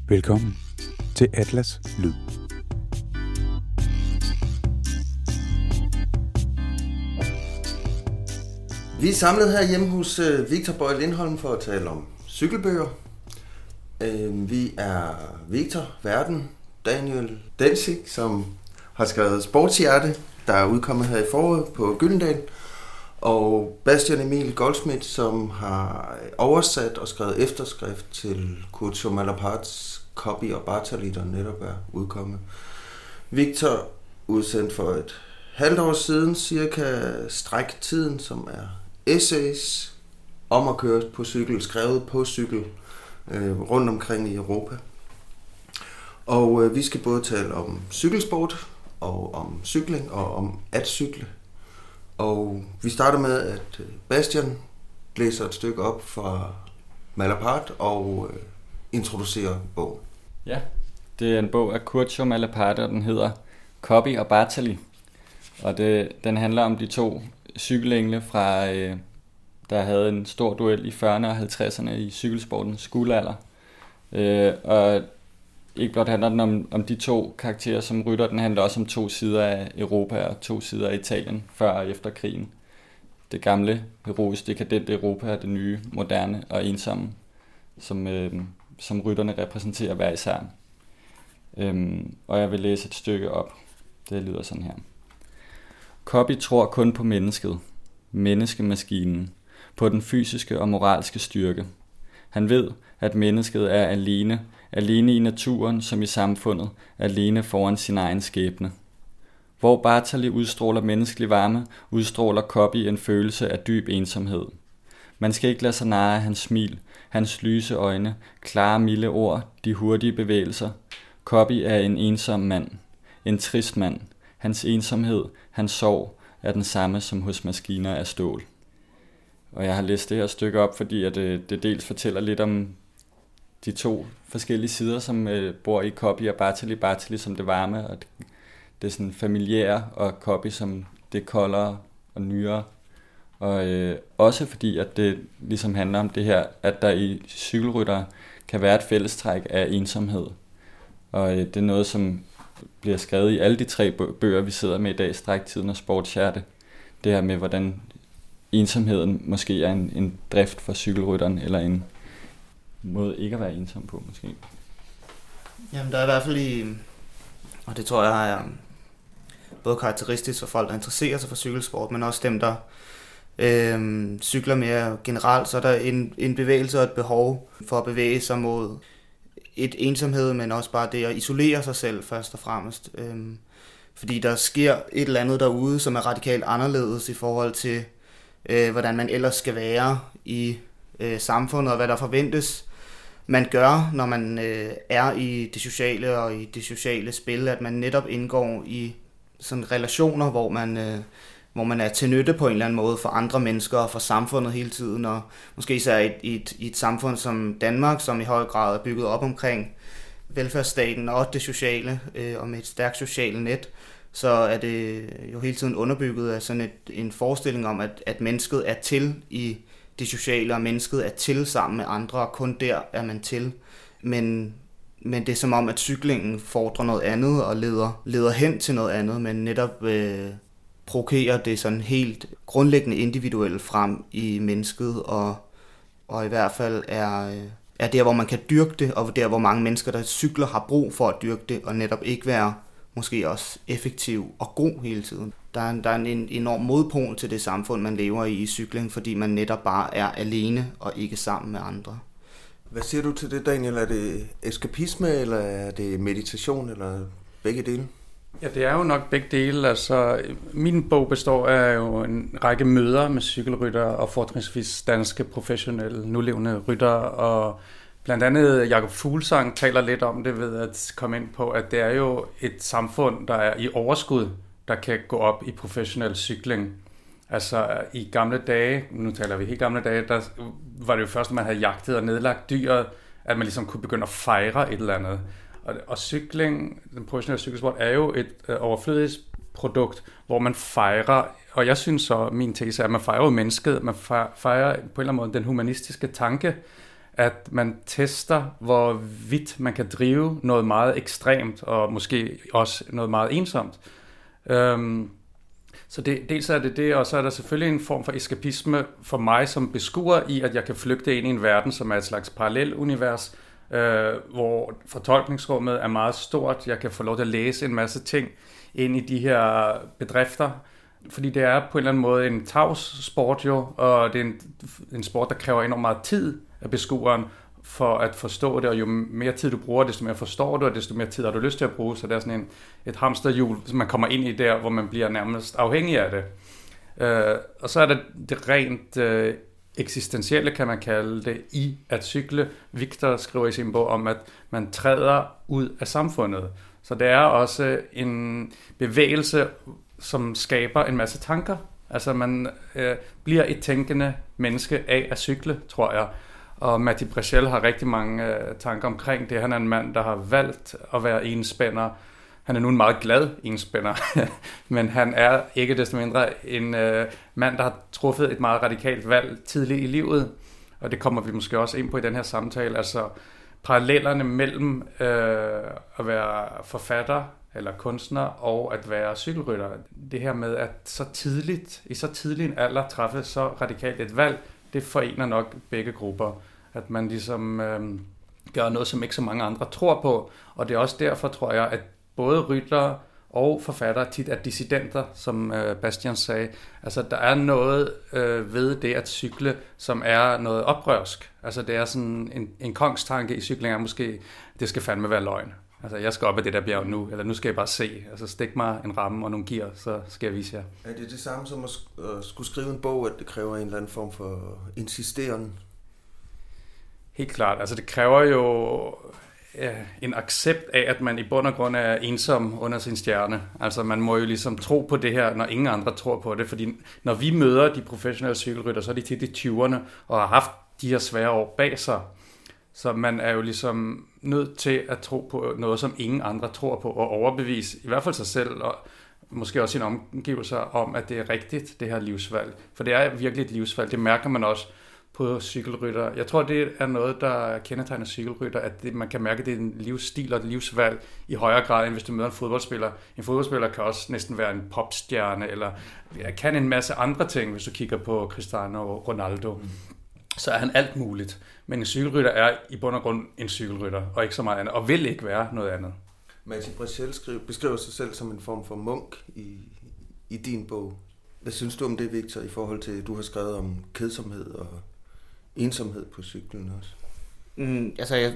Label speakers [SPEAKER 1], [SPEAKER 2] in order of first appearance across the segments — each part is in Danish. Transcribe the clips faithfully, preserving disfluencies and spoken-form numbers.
[SPEAKER 1] Velkommen til Atlas Lyd.
[SPEAKER 2] Vi er samlet her hjemme hos Victor Bøje Lindholm for at tale om cykelbøger. Vi er Victor, Verden, Daniel Delsig, som har skrevet Sportshjerte, der er udkommet her i foråret på Gyldendal, og Bastian Emil Goldsmith, som har oversat og skrevet efterskrift til Curcio Malaparts Copy og Bartali, der netop er udkommet. Victor udsendte for et halvt år siden cirka Stræktiden, som er essays om at køre på cykel, skrevet på cykel øh, rundt omkring i Europa. Og øh, vi skal både tale om cykelsport og om cykling og om at cykle. Og vi starter med, at Bastian læser et stykke op fra Malapart og øh, introducerer bogen.
[SPEAKER 3] Ja, det er en bog af Curcio Malaparte, og den hedder Copy og Bartali. Og det, den handler om de to cykelengle, fra, øh, der havde en stor duel i fyrrerne og halvtredserne i cykelsportens guldalder. Øh, og ikke blot handler den om, om de to karakterer som rytter, den handler også om to sider af Europa og to sider af Italien før og efter krigen. Det gamle, heroisk dekadente Europa og det nye, moderne og ensomme, som, øh, som rytterne repræsenterer hver især. Øhm, og jeg vil læse et stykke op. Det lyder sådan her. Copy tror kun på mennesket, menneskemaskinen, på den fysiske og moralske styrke. Han ved, at mennesket er alene, alene i naturen som i samfundet, alene foran sin egen skæbne. Hvor Bartali udstråler menneskelig varme, udstråler Copy en følelse af dyb ensomhed. Man skal ikke lade sig narre af hans smil, hans lyse øjne, klare milde ord, de hurtige bevægelser. Copy er en ensom mand, en trist mand. Hans ensomhed, hans sorg, er den samme som hos maskiner af stål. Og jeg har læst det her stykke op, fordi at det, det dels fortæller lidt om de to forskellige sider, som øh, bor i Copy og Bartali. Bartali som det varme, og det, det er sådan familiære, og Copy som det koldere og nyere. Og øh, også fordi, at det ligesom handler om det her, at der i cykelryttere kan være et fællestræk af ensomhed. Og øh, det er noget, som bliver skrevet i alle de tre bøger, vi sidder med i dag, Stræktiden og Sportshjerte. Det her med, hvordan ensomheden måske er en, en drift for cykelrytteren, eller en måde ikke at være ensom på, måske.
[SPEAKER 4] Jamen, der er i hvert fald i, og det tror jeg er både karakteristisk for folk, der interesserer sig for cykelsport, men også dem, der øh, cykler mere generelt, så er der en, en bevægelse og et behov for at bevæge sig mod et ensomhed, men også bare det at isolere sig selv først og fremmest. Øhm, fordi der sker et eller andet derude, som er radikalt anderledes i forhold til, øh, hvordan man ellers skal være i øh, samfundet, og hvad der forventes, man gør, når man øh, er i det sociale og i det sociale spil, at man netop indgår i sådan relationer, hvor man, øh, hvor man er til nytte på en eller anden måde for andre mennesker og for samfundet hele tiden, og måske især i et, i et, i et samfund som Danmark, som i høj grad er bygget op omkring velfærdsstaten og det sociale, øh, og med et stærkt socialt net, så er det jo hele tiden underbygget af sådan et, en forestilling om, at, at mennesket er til i det sociale, og mennesket er til sammen med andre, og kun der er man til. Men, men det er som om, at cyklingen fordrer noget andet og leder, leder hen til noget andet, men netop øh, provokerer det sådan helt grundlæggende individuelt frem i mennesket, og, og i hvert fald er, er der, hvor man kan dyrke det, og der, hvor mange mennesker, der cykler, har brug for at dyrke det, og netop ikke være måske også effektiv og god hele tiden. Der er, der er en enorm modpol til det samfund, man lever i i cykling, fordi man netop bare er alene og ikke sammen med andre.
[SPEAKER 2] Hvad siger du til det, Daniel? Er det eskapisme, eller er det meditation, eller begge dele?
[SPEAKER 5] Ja, det er jo nok begge dele. Altså, min bog består af jo en række møder med cykelryttere og fortrinsvis danske professionelle, nulevende ryttere, og blandt andet Jakob Fuglsang taler lidt om det ved at komme ind på, at det er jo et samfund, der er i overskud, der kan gå op i professionel cykling. Altså i gamle dage, nu taler vi helt gamle dage, der var det jo først, når man havde jagtet og nedlagt dyr, at man ligesom kunne begynde at fejre et eller andet. Og, og cykling, den professionelle cykelsport, er jo et øh, overflødigt produkt, hvor man fejrer, og jeg synes så, min tese er, at man fejrer jo mennesket, man fejrer på en eller anden måde den humanistiske tanke, at man tester, hvor vidt man kan drive noget meget ekstremt, og måske også noget meget ensomt. Øhm, så det, dels er det det, og så er der selvfølgelig en form for eskapisme for mig som beskuer i, at jeg kan flygte ind i en verden, som er et slags parallelunivers, øh, hvor fortolkningsrummet er meget stort. Jeg kan få lov til at læse en masse ting ind i de her bedrifter, fordi det er på en eller anden måde en tavs sport jo, og det er en, en sport, der kræver enormt meget tid af beskueren for at forstå det, og jo mere tid du bruger, desto mere forstår du, og desto mere tid har du lyst til at bruge, så det er sådan en, et hamsterhjul, som man kommer ind i der, hvor man bliver nærmest afhængig af det. Øh, og så er det det rent øh, eksistentielle, kan man kalde det, i at cykle. Victor skriver i sin bog om, at man træder ud af samfundet. Så det er også en bevægelse, som skaber en masse tanker. Altså man øh, bliver et tænkende menneske af at cykle, tror jeg. Og Mathieu Brechel har rigtig mange øh, tanker omkring det. Han er en mand, der har valgt at være enspænder. Han er nu en meget glad enspænder, men han er ikke desto mindre en øh, mand, der har truffet et meget radikalt valg tidligt i livet. Og det kommer vi måske også ind på i den her samtale. Altså parallellerne mellem øh, at være forfatter eller kunstner og at være cykelrytter. Det her med at så tidligt, i så tidlig en alder træffe så radikalt et valg, det forener nok begge grupper. At man ligesom øh, gør noget, som ikke så mange andre tror på. Og det er også derfor, tror jeg, at både ryttere og forfattere tit er dissidenter, som øh, Bastian sagde. Altså, der er noget øh, ved det at cykle, som er noget oprørsk. Altså, det er sådan en, en kongstanke i cykling er måske, det skal fandme være løgn. Altså, jeg skal op ad det der bjerg nu, eller nu skal jeg bare se. Altså, stik mig en ramme og nogle gear, så skal jeg vise jer.
[SPEAKER 2] Er det det samme som at skulle skrive en bog, at det kræver en eller anden form for insisteren?
[SPEAKER 5] Helt klart. Altså, det kræver jo ja, en accept af, at man i bund og grund er ensom under sin stjerne. Altså, man må jo ligesom tro på det her, når ingen andre tror på det. Fordi når vi møder de professionelle cykelrytter, så er de tit i tyverne og har haft de her svære år bag sig. Så man er jo ligesom nødt til at tro på noget, som ingen andre tror på, og overbevise i hvert fald sig selv, og måske også sine omgivelser om, at det er rigtigt, det her livsvalg. For det er virkelig et livsvalg. Det mærker man også på cykelrytter. Jeg tror, det er noget, der kendetegner cykelrytter, at det, man kan mærke, at det er en livsstil og et livsvalg i højere grad, end hvis du møder en fodboldspiller. En fodboldspiller kan også næsten være en popstjerne, eller kan en masse andre ting, hvis du kigger på Cristiano Ronaldo. Mm. Så er han alt muligt. Men en cykelrytter er i bund og grund en cykelrytter, og ikke så meget andet, og vil ikke være noget andet.
[SPEAKER 2] Mathieu Brechel beskriver sig selv som en form for munk i, i din bog. Hvad synes du om det, Victor, i forhold til, at du har skrevet om kedsomhed og ensomhed på cyklen også?
[SPEAKER 4] Mm, altså, jeg,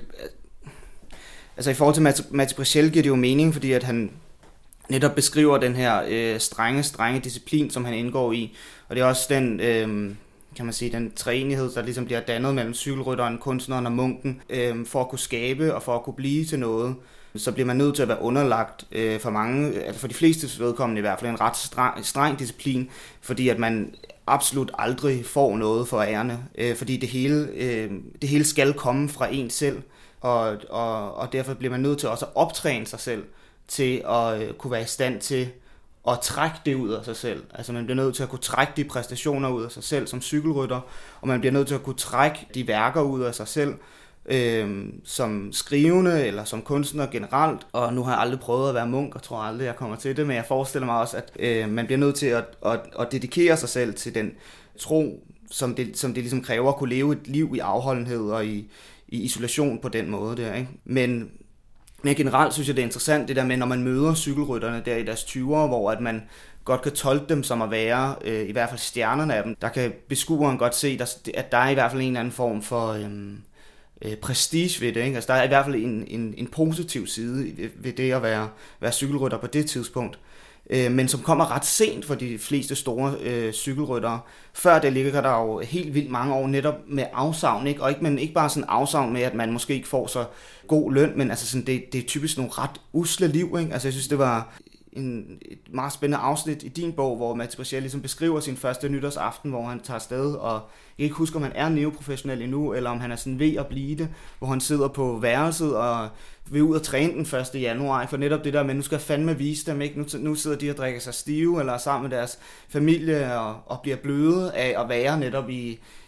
[SPEAKER 4] altså, i forhold til Mathieu Brechel giver det jo mening, fordi at han netop beskriver den her øh, strenge, strenge disciplin, som han indgår i. Og det er også den... Øh, kan man sige, den træenighed, der ligesom bliver dannet mellem cykelrytteren, kunstneren og munken, øh, for at kunne skabe og for at kunne blive til noget, så bliver man nødt til at være underlagt øh, for mange, altså for de fleste vedkommende i hvert fald, en ret streng, streng disciplin, fordi at man absolut aldrig får noget for ærende, øh, fordi det hele, øh, det hele skal komme fra en selv, og, og, og derfor bliver man nødt til også at optræne sig selv til at øh, kunne være i stand til og trække det ud af sig selv. Altså man bliver nødt til at kunne trække de præstationer ud af sig selv som cykelrytter, og man bliver nødt til at kunne trække de værker ud af sig selv øh, som skrivende eller som kunstner generelt. Og nu har jeg aldrig prøvet at være munk, og tror aldrig, jeg kommer til det, men jeg forestiller mig også, at øh, man bliver nødt til at, at, at dedikere sig selv til den tro, som det, som det ligesom kræver at kunne leve et liv i afholdenhed og i, i isolation på den måde der, ikke? Men Men generelt synes jeg, det er interessant, det der med, når man møder cykelrytterne der i deres tyvere, hvor at man godt kan tolke dem som at være, øh, i hvert fald stjernerne af dem. Der kan beskueren godt se, at der er i hvert fald en eller anden form for øh, øh, prestige ved det. Ikke? Altså, der er i hvert fald en, en, en positiv side ved, ved det at være, være cykelrytter på det tidspunkt. Øh, men som kommer ret sent for de fleste store øh, cykelryttere. Før det ligger der jo helt vildt mange år netop med afsavn, ikke? Og ikke, men ikke bare sådan afsavn med, at man måske ikke får så god løn, men altså sådan, det, det er typisk nogle ret usle liv, ikke? Altså jeg synes, det var en, et meget spændende afsnit i din bog, hvor Mathieu Brechel ligesom beskriver sin første nytårsaften, hvor han tager afsted, og jeg kan ikke huske, om han er neoprofessionel endnu, eller om han er sådan ved at blive det, hvor han sidder på værelset og vil ud og træne den første januar, for netop det der med, nu skal jeg fandme vise dem, ikke? Nu, nu sidder de og drikker sig stive, eller sammen med deres familie, og, og bliver bløde af at være netop i,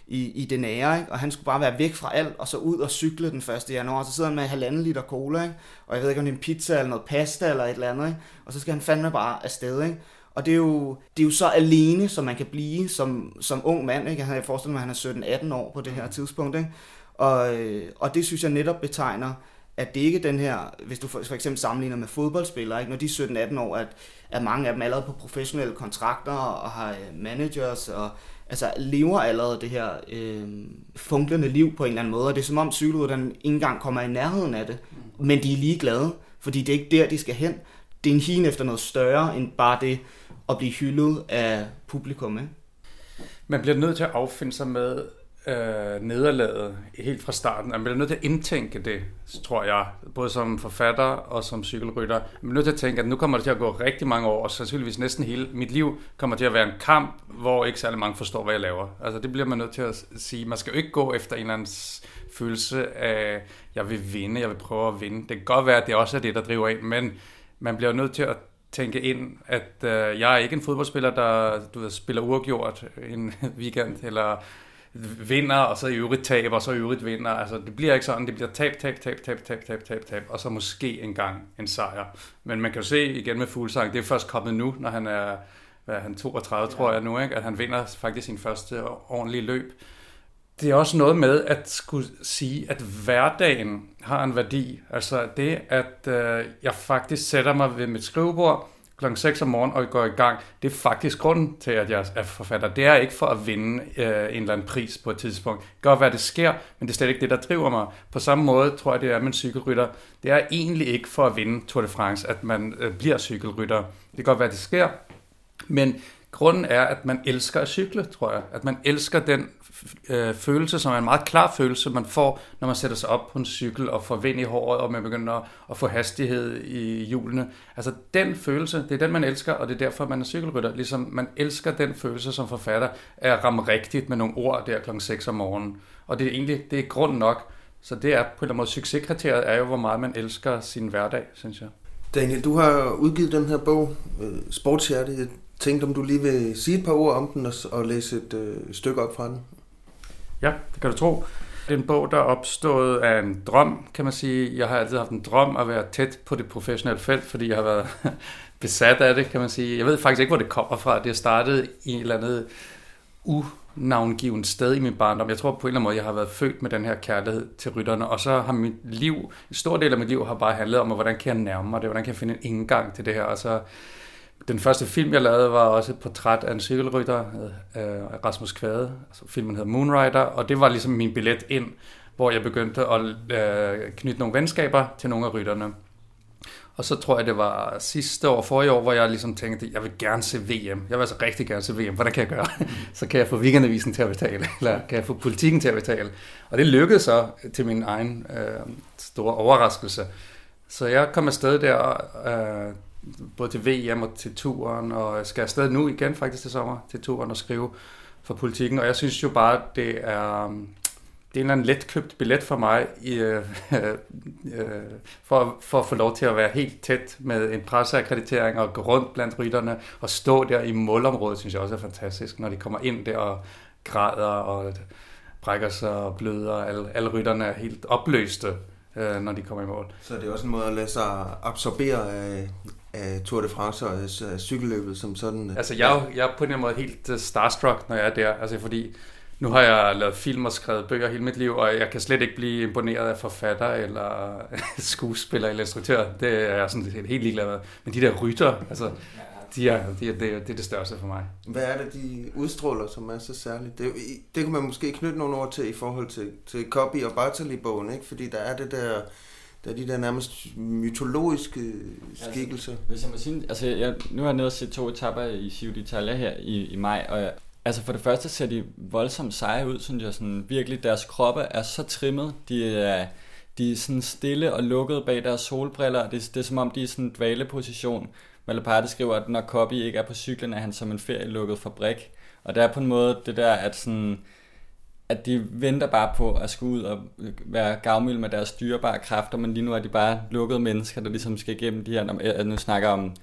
[SPEAKER 4] i, i det nære, ikke? Og han skulle bare være væk fra alt, og så ud og cykle den første januar, og så sidder han med halvanden liter cola, ikke? Og jeg ved ikke, om det er en pizza eller noget pasta eller et eller andet, ikke? Og så skal han fandme bare afsted, ikke? Og det er jo, det er jo så alene, som man kan blive som, som ung mand, ikke? Jeg forestiller mig, at han er sytten atten år på det her tidspunkt, ikke? Og, og det synes jeg netop betegner, at det ikke er den her, hvis du for, for eksempel sammenligner med fodboldspillere, ikke? Når de er sytten atten år, at, at mange af dem er allerede på professionelle kontrakter og har managers og altså lever allerede det her øh, funklende liv på en eller anden måde, og det er som om cykelrytterne ikke engang kommer i nærheden af det, men de er ligeglade, fordi det er ikke der, de skal hen. Det er en hien efter noget større, end bare det at blive hyldet af publikum, ikke?
[SPEAKER 5] Man bliver nødt til at affinde sig med øh, nederlaget helt fra starten. Man bliver nødt til at indtænke det, tror jeg, både som forfatter og som cykelrytter. Man bliver nødt til at tænke, at nu kommer det til at gå rigtig mange år, og sandsynligvis næsten hele mit liv kommer til at være en kamp, hvor ikke særlig mange forstår, hvad jeg laver. Altså det bliver man nødt til at sige. Man skal jo ikke gå efter en eller anden følelse af, jeg vil vinde, jeg vil prøve at vinde. Det kan godt være, at det også er det, der driver ind, men man bliver nødt til at tænke ind, at øh, jeg er ikke en fodboldspiller, der du ved, spiller uafgjort en weekend, eller vinder, og så i øvrigt taber, og så i øvrigt vinder. Altså, det bliver ikke sådan. Det bliver tab, tab, tab, tab, tab, tab, tab, tab, og så måske engang en sejr. Men man kan jo se igen med Fuglsang, det er først kommet nu, når han er, hvad er han, toogtredive, tror jeg nu, ikke? At han vinder faktisk sin første ordentlige løb. Det er også noget med at skulle sige, at hverdagen har en værdi. Altså det, at øh, jeg faktisk sætter mig ved mit skrivebord klokken seks om morgenen og går i gang, det er faktisk grunden til, at jeg er forfatter. Det er ikke for at vinde øh, en eller anden pris på et tidspunkt. Det kan godt være, det sker, men det er slet ikke det, der driver mig. På samme måde tror jeg, det er med en cykelrytter. Det er egentlig ikke for at vinde Tour de France, at man øh, bliver cykelrytter. Det kan godt være, det sker, men grunden er, at man elsker at cykle, tror jeg. At man elsker den øh, følelse, som er en meget klar følelse, man får, når man sætter sig op på en cykel og får vind i håret, og man begynder at, at få hastighed i hjulene. Altså den følelse, det er den, man elsker, og det er derfor, man er cykelrytter. Ligesom man elsker den følelse som forfatter, at ramme rigtigt med nogle ord der klokken seks om morgenen. Og det er egentlig, det er grund nok. Så det er på en eller anden måde, succeskriteriet er jo, hvor meget man elsker sin hverdag, synes jeg.
[SPEAKER 2] Daniel, du har udgivet den her bog, Sportshjerte. Jeg tænkte, om du lige vil sige et par ord om den og, og læse et øh, stykke op fra den.
[SPEAKER 5] Ja, det kan du tro. Det er en bog, der er opstået af en drøm, kan man sige. Jeg har altid haft en drøm at være tæt på det professionelle felt, fordi jeg har været besat af det, kan man sige. Jeg ved faktisk ikke, hvor det kommer fra. Det er startet i et eller andet unavngivet sted i min barndom. Jeg tror på en eller anden måde, jeg har været født med den her kærlighed til rytterne, og så har mit liv, en stor del af mit liv har bare handlet om, hvordan kan jeg nærme mig det, hvordan kan jeg finde en indgang til det her, og så den første film, jeg lavede, var også et portræt af en cykelrytter, øh, Rasmus Kvade. Altså, filmen hedder Moonrider, og det var ligesom min billet ind, hvor jeg begyndte at øh, knytte nogle venskaber til nogle af rytterne. Og så tror jeg, det var sidste år, forrige år, hvor jeg ligesom tænkte, jeg vil gerne se V M. Jeg vil altså rigtig gerne se V M. Hvordan kan jeg gøre? Så kan jeg få Weekendavisen til at betale, eller kan jeg få Politikken til at betale. Og det lykkedes så til min egen øh, store overraskelse. Så jeg kom afsted der, øh, både til V M og til turen, og jeg skal afsted nu igen faktisk til sommer, til turen og skrive for Politikken. Og jeg synes jo bare, det er... Det er en eller anden letkøbt billet for mig i, øh, øh, for, for at få lov til at være helt tæt med en presseakkreditering og gå rundt blandt rytterne og stå der i målområdet, synes jeg også er fantastisk, når de kommer ind der og græder og brækker sig og bløder. Alle, alle rytterne er helt opløste, øh, når de kommer i mål.
[SPEAKER 2] Så det er også en måde at lade sig absorbere af, af Tour de France og af cykelløbet som sådan?
[SPEAKER 5] Altså jeg, jeg er på en måde helt starstruck, når jeg er der, altså fordi... Nu har jeg lavet film og skrevet bøger hele mit liv, og jeg kan slet ikke blive imponeret af forfatter eller skuespiller eller instruktør. Det er jeg sådan helt ligeglad med. Men de der rytter, altså, de er, de er, det, er, det er det største for mig.
[SPEAKER 2] Hvad er det, de udstråler, som er så særligt? Det, det kunne man måske knytte nogle ord til i forhold til, til Coppi og Bartali-bogen, ikke? Fordi der er det der... Der er de der nærmest mytologiske skikkelser.
[SPEAKER 3] Altså, hvis jeg må sige, altså jeg, nu har jeg nede og set to etaper i Giro d'Italia her i, i maj, og jeg, altså for det første ser de voldsomt seje ud, synes jeg, sådan virkelig deres kroppe er så trimmet, de er, de er sådan stille og lukket bag deres solbriller, det, det er som om de er i sådan en dvaleposition. Malaparte skriver, at når Coppi ikke er på cyklen, er han som en ferielukket fabrik, og der er på en måde det der, at sådan... at de venter bare på at skulle ud og være gavmilde med deres dyrebare kræfter, men lige nu er de bare lukkede mennesker, der ligesom skal igennem de her, nu snakker om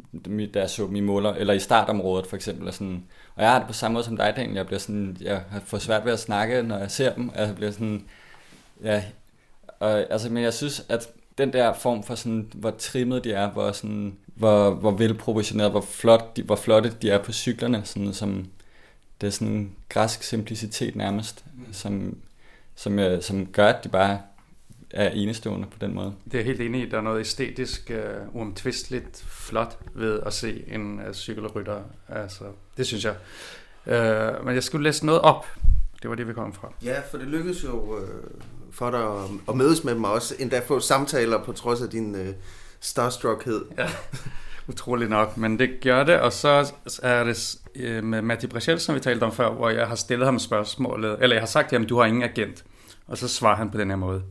[SPEAKER 3] da jeg så dem i måler, eller i startområdet for eksempel. Og, sådan. Og jeg har det på samme måde som dig, Daniel. Jeg bliver sådan, jeg har fået svært ved at snakke, når jeg ser dem. Jeg bliver sådan, ja, og, altså, men jeg synes, at den der form for sådan, hvor trimmet de er, hvor, sådan, hvor, hvor velproportioneret, hvor, flot de, hvor flotte de er på cyklerne, sådan, som, det er sådan en græsk simplicitet nærmest, som, som, som gør, at de bare er enestående på den måde.
[SPEAKER 5] Det er helt enig i. Der er noget æstetisk, uh, uomtvisteligt flot ved at se en uh, cykelrytter. Altså, det synes jeg. Uh, men jeg skulle læse noget op. Det var det, vi kom fra.
[SPEAKER 2] Ja, for det lykkedes jo uh, for dig at, at mødes med dem, og også endda få samtaler på trods af din uh, starstruckhed.
[SPEAKER 5] Ja, utroligt nok. Men det gør det, og så er det uh, med Matti Brechel, som vi talte om før, hvor jeg har stillet ham spørgsmålet, eller jeg har sagt til ham, du har ingen agent. Og så svarer han på den her måde.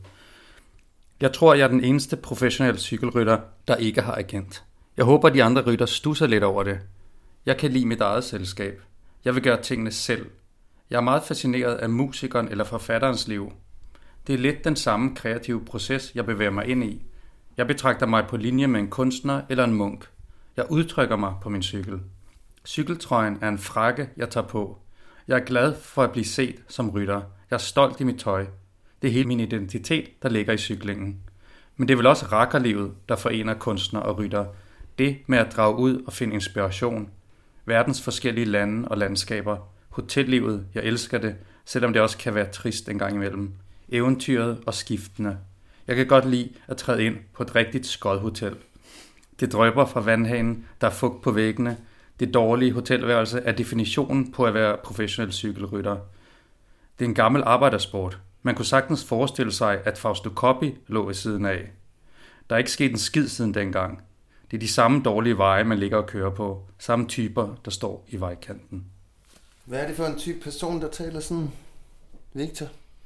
[SPEAKER 5] Jeg tror, jeg er den eneste professionelle cykelrytter, der ikke har agent. Jeg håber, de andre rytter stusser lidt over det. Jeg kan lide mit eget selskab. Jeg vil gøre tingene selv. Jeg er meget fascineret af musikeren eller forfatterens liv. Det er lidt den samme kreative proces, jeg bevæger mig ind i. Jeg betragter mig på linje med en kunstner eller en munk. Jeg udtrykker mig på min cykel. Cykeltrøjen er en frakke, jeg tager på. Jeg er glad for at blive set som rytter. Jeg er stolt i mit tøj. Det er hele min identitet, der ligger i cyklingen. Men det er vel også rakkerlivet, der forener kunstner og rytter. Det med at drage ud og finde inspiration. Verdens forskellige lande og landskaber. Hotellivet, jeg elsker det, selvom det også kan være trist en gang imellem. Eventyret og skiftende. Jeg kan godt lide at træde ind på et rigtigt skodhotel. Det drypper fra vandhanen, der er fugt på væggene. Det dårlige hotelværelse er definitionen på at være professionel cykelrytter. Det er en gammel arbejdersport. Man kunne sagtens forestille sig, at Fausto Coppi lå ved siden af. Der er ikke sket en skid siden dengang. Det er de samme dårlige veje, man ligger og kører på. Samme typer, der står i vejkanten.
[SPEAKER 2] Hvad er det for en type person, der taler sådan, Victor?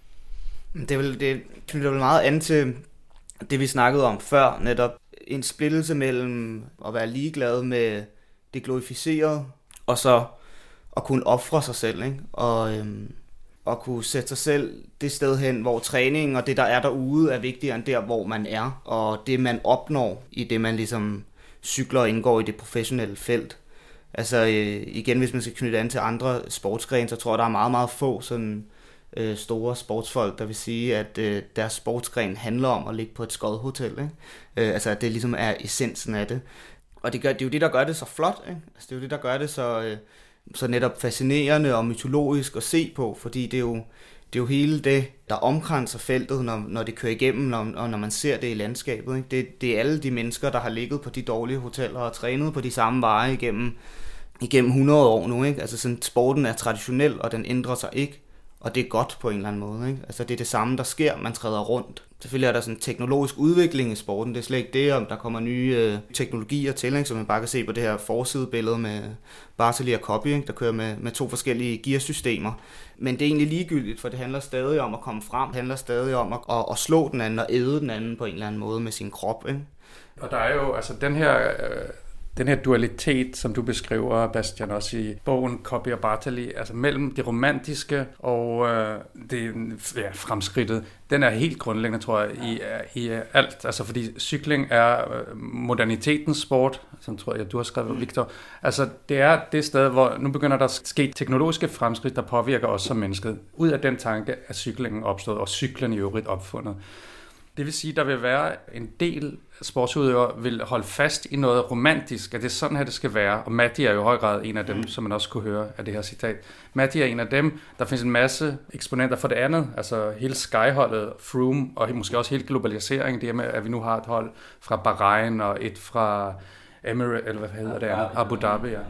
[SPEAKER 4] Det er vel, det knytter vel meget an til det, vi snakkede om før. Netop en splittelse mellem at være ligeglad med det glorificerede, og så at kunne ofre sig selv, ikke? Og øhm, at kunne sætte sig selv det sted hen, hvor træningen og det, der er derude, er vigtigere end der, hvor man er. Og det, man opnår i det, man ligesom cykler og indgår i det professionelle felt. Altså øh, igen, hvis man skal knytte an til andre sportsgrene, så tror jeg, der er meget, meget få sådan øh, store sportsfolk, der vil sige, at øh, deres sportsgren handler om at ligge på et skodhotel, ikke? Øh, altså at det ligesom er essensen af det. Og det, gør, det er jo det, der gør det så flot, ikke? Altså, det er jo det, der gør det så, øh, så netop fascinerende og mytologisk at se på, fordi det er jo, det er jo hele det, der omkranser feltet, når, når det kører igennem, når, og når man ser det i landskabet, ikke? Det, det er alle de mennesker, der har ligget på de dårlige hoteller og trænet på de samme veje igennem, igennem hundrede år nu, ikke? Altså sådan, sporten er traditionel, og den ændrer sig ikke, og det er godt på en eller anden måde, ikke? Altså det er det samme, der sker, man træder rundt. Selvfølgelig er der sådan en teknologisk udvikling i sporten, det er slet ikke det, om der kommer nye øh, teknologier til, ikke? Som man bare kan se på det her forsidebillede med Bartali og Coppi, ikke? Der kører med, med to forskellige gearsystemer. Men det er egentlig ligegyldigt, for det handler stadig om at komme frem, det handler stadig om at, at, at slå den anden og æde den anden på en eller anden måde med sin krop, ikke?
[SPEAKER 5] Og der er jo altså den her... Øh Den her dualitet, som du beskriver, Bastian, også i bogen Coppi og Bartali, altså mellem det romantiske og øh, det ja, fremskridtet, den er helt grundlæggende, tror jeg, i, i alt. Altså fordi cykling er modernitetens sport, som tror jeg, du har skrevet, Victor. Altså det er det sted, hvor nu begynder der at ske teknologiske fremskridt, der påvirker os som mennesket. Ud af den tanke er cyklingen opstået, og cyklen i øvrigt opfundet. Det vil sige, at der vil være en del sportsudøvere, vil holde fast i noget romantisk, at det er sådan her, det skal være. Og Matti er jo i høj grad en af dem, mm. som man også kunne høre af det her citat. Matti er en af dem. Der findes en masse eksponenter for det andet. Altså hele Sky-holdet, Froome, og måske også hele globaliseringen. Det med, at vi nu har et hold fra Bahrain og et fra Emirates, eller hvad hedder det andet? Abu Dhabi, ja.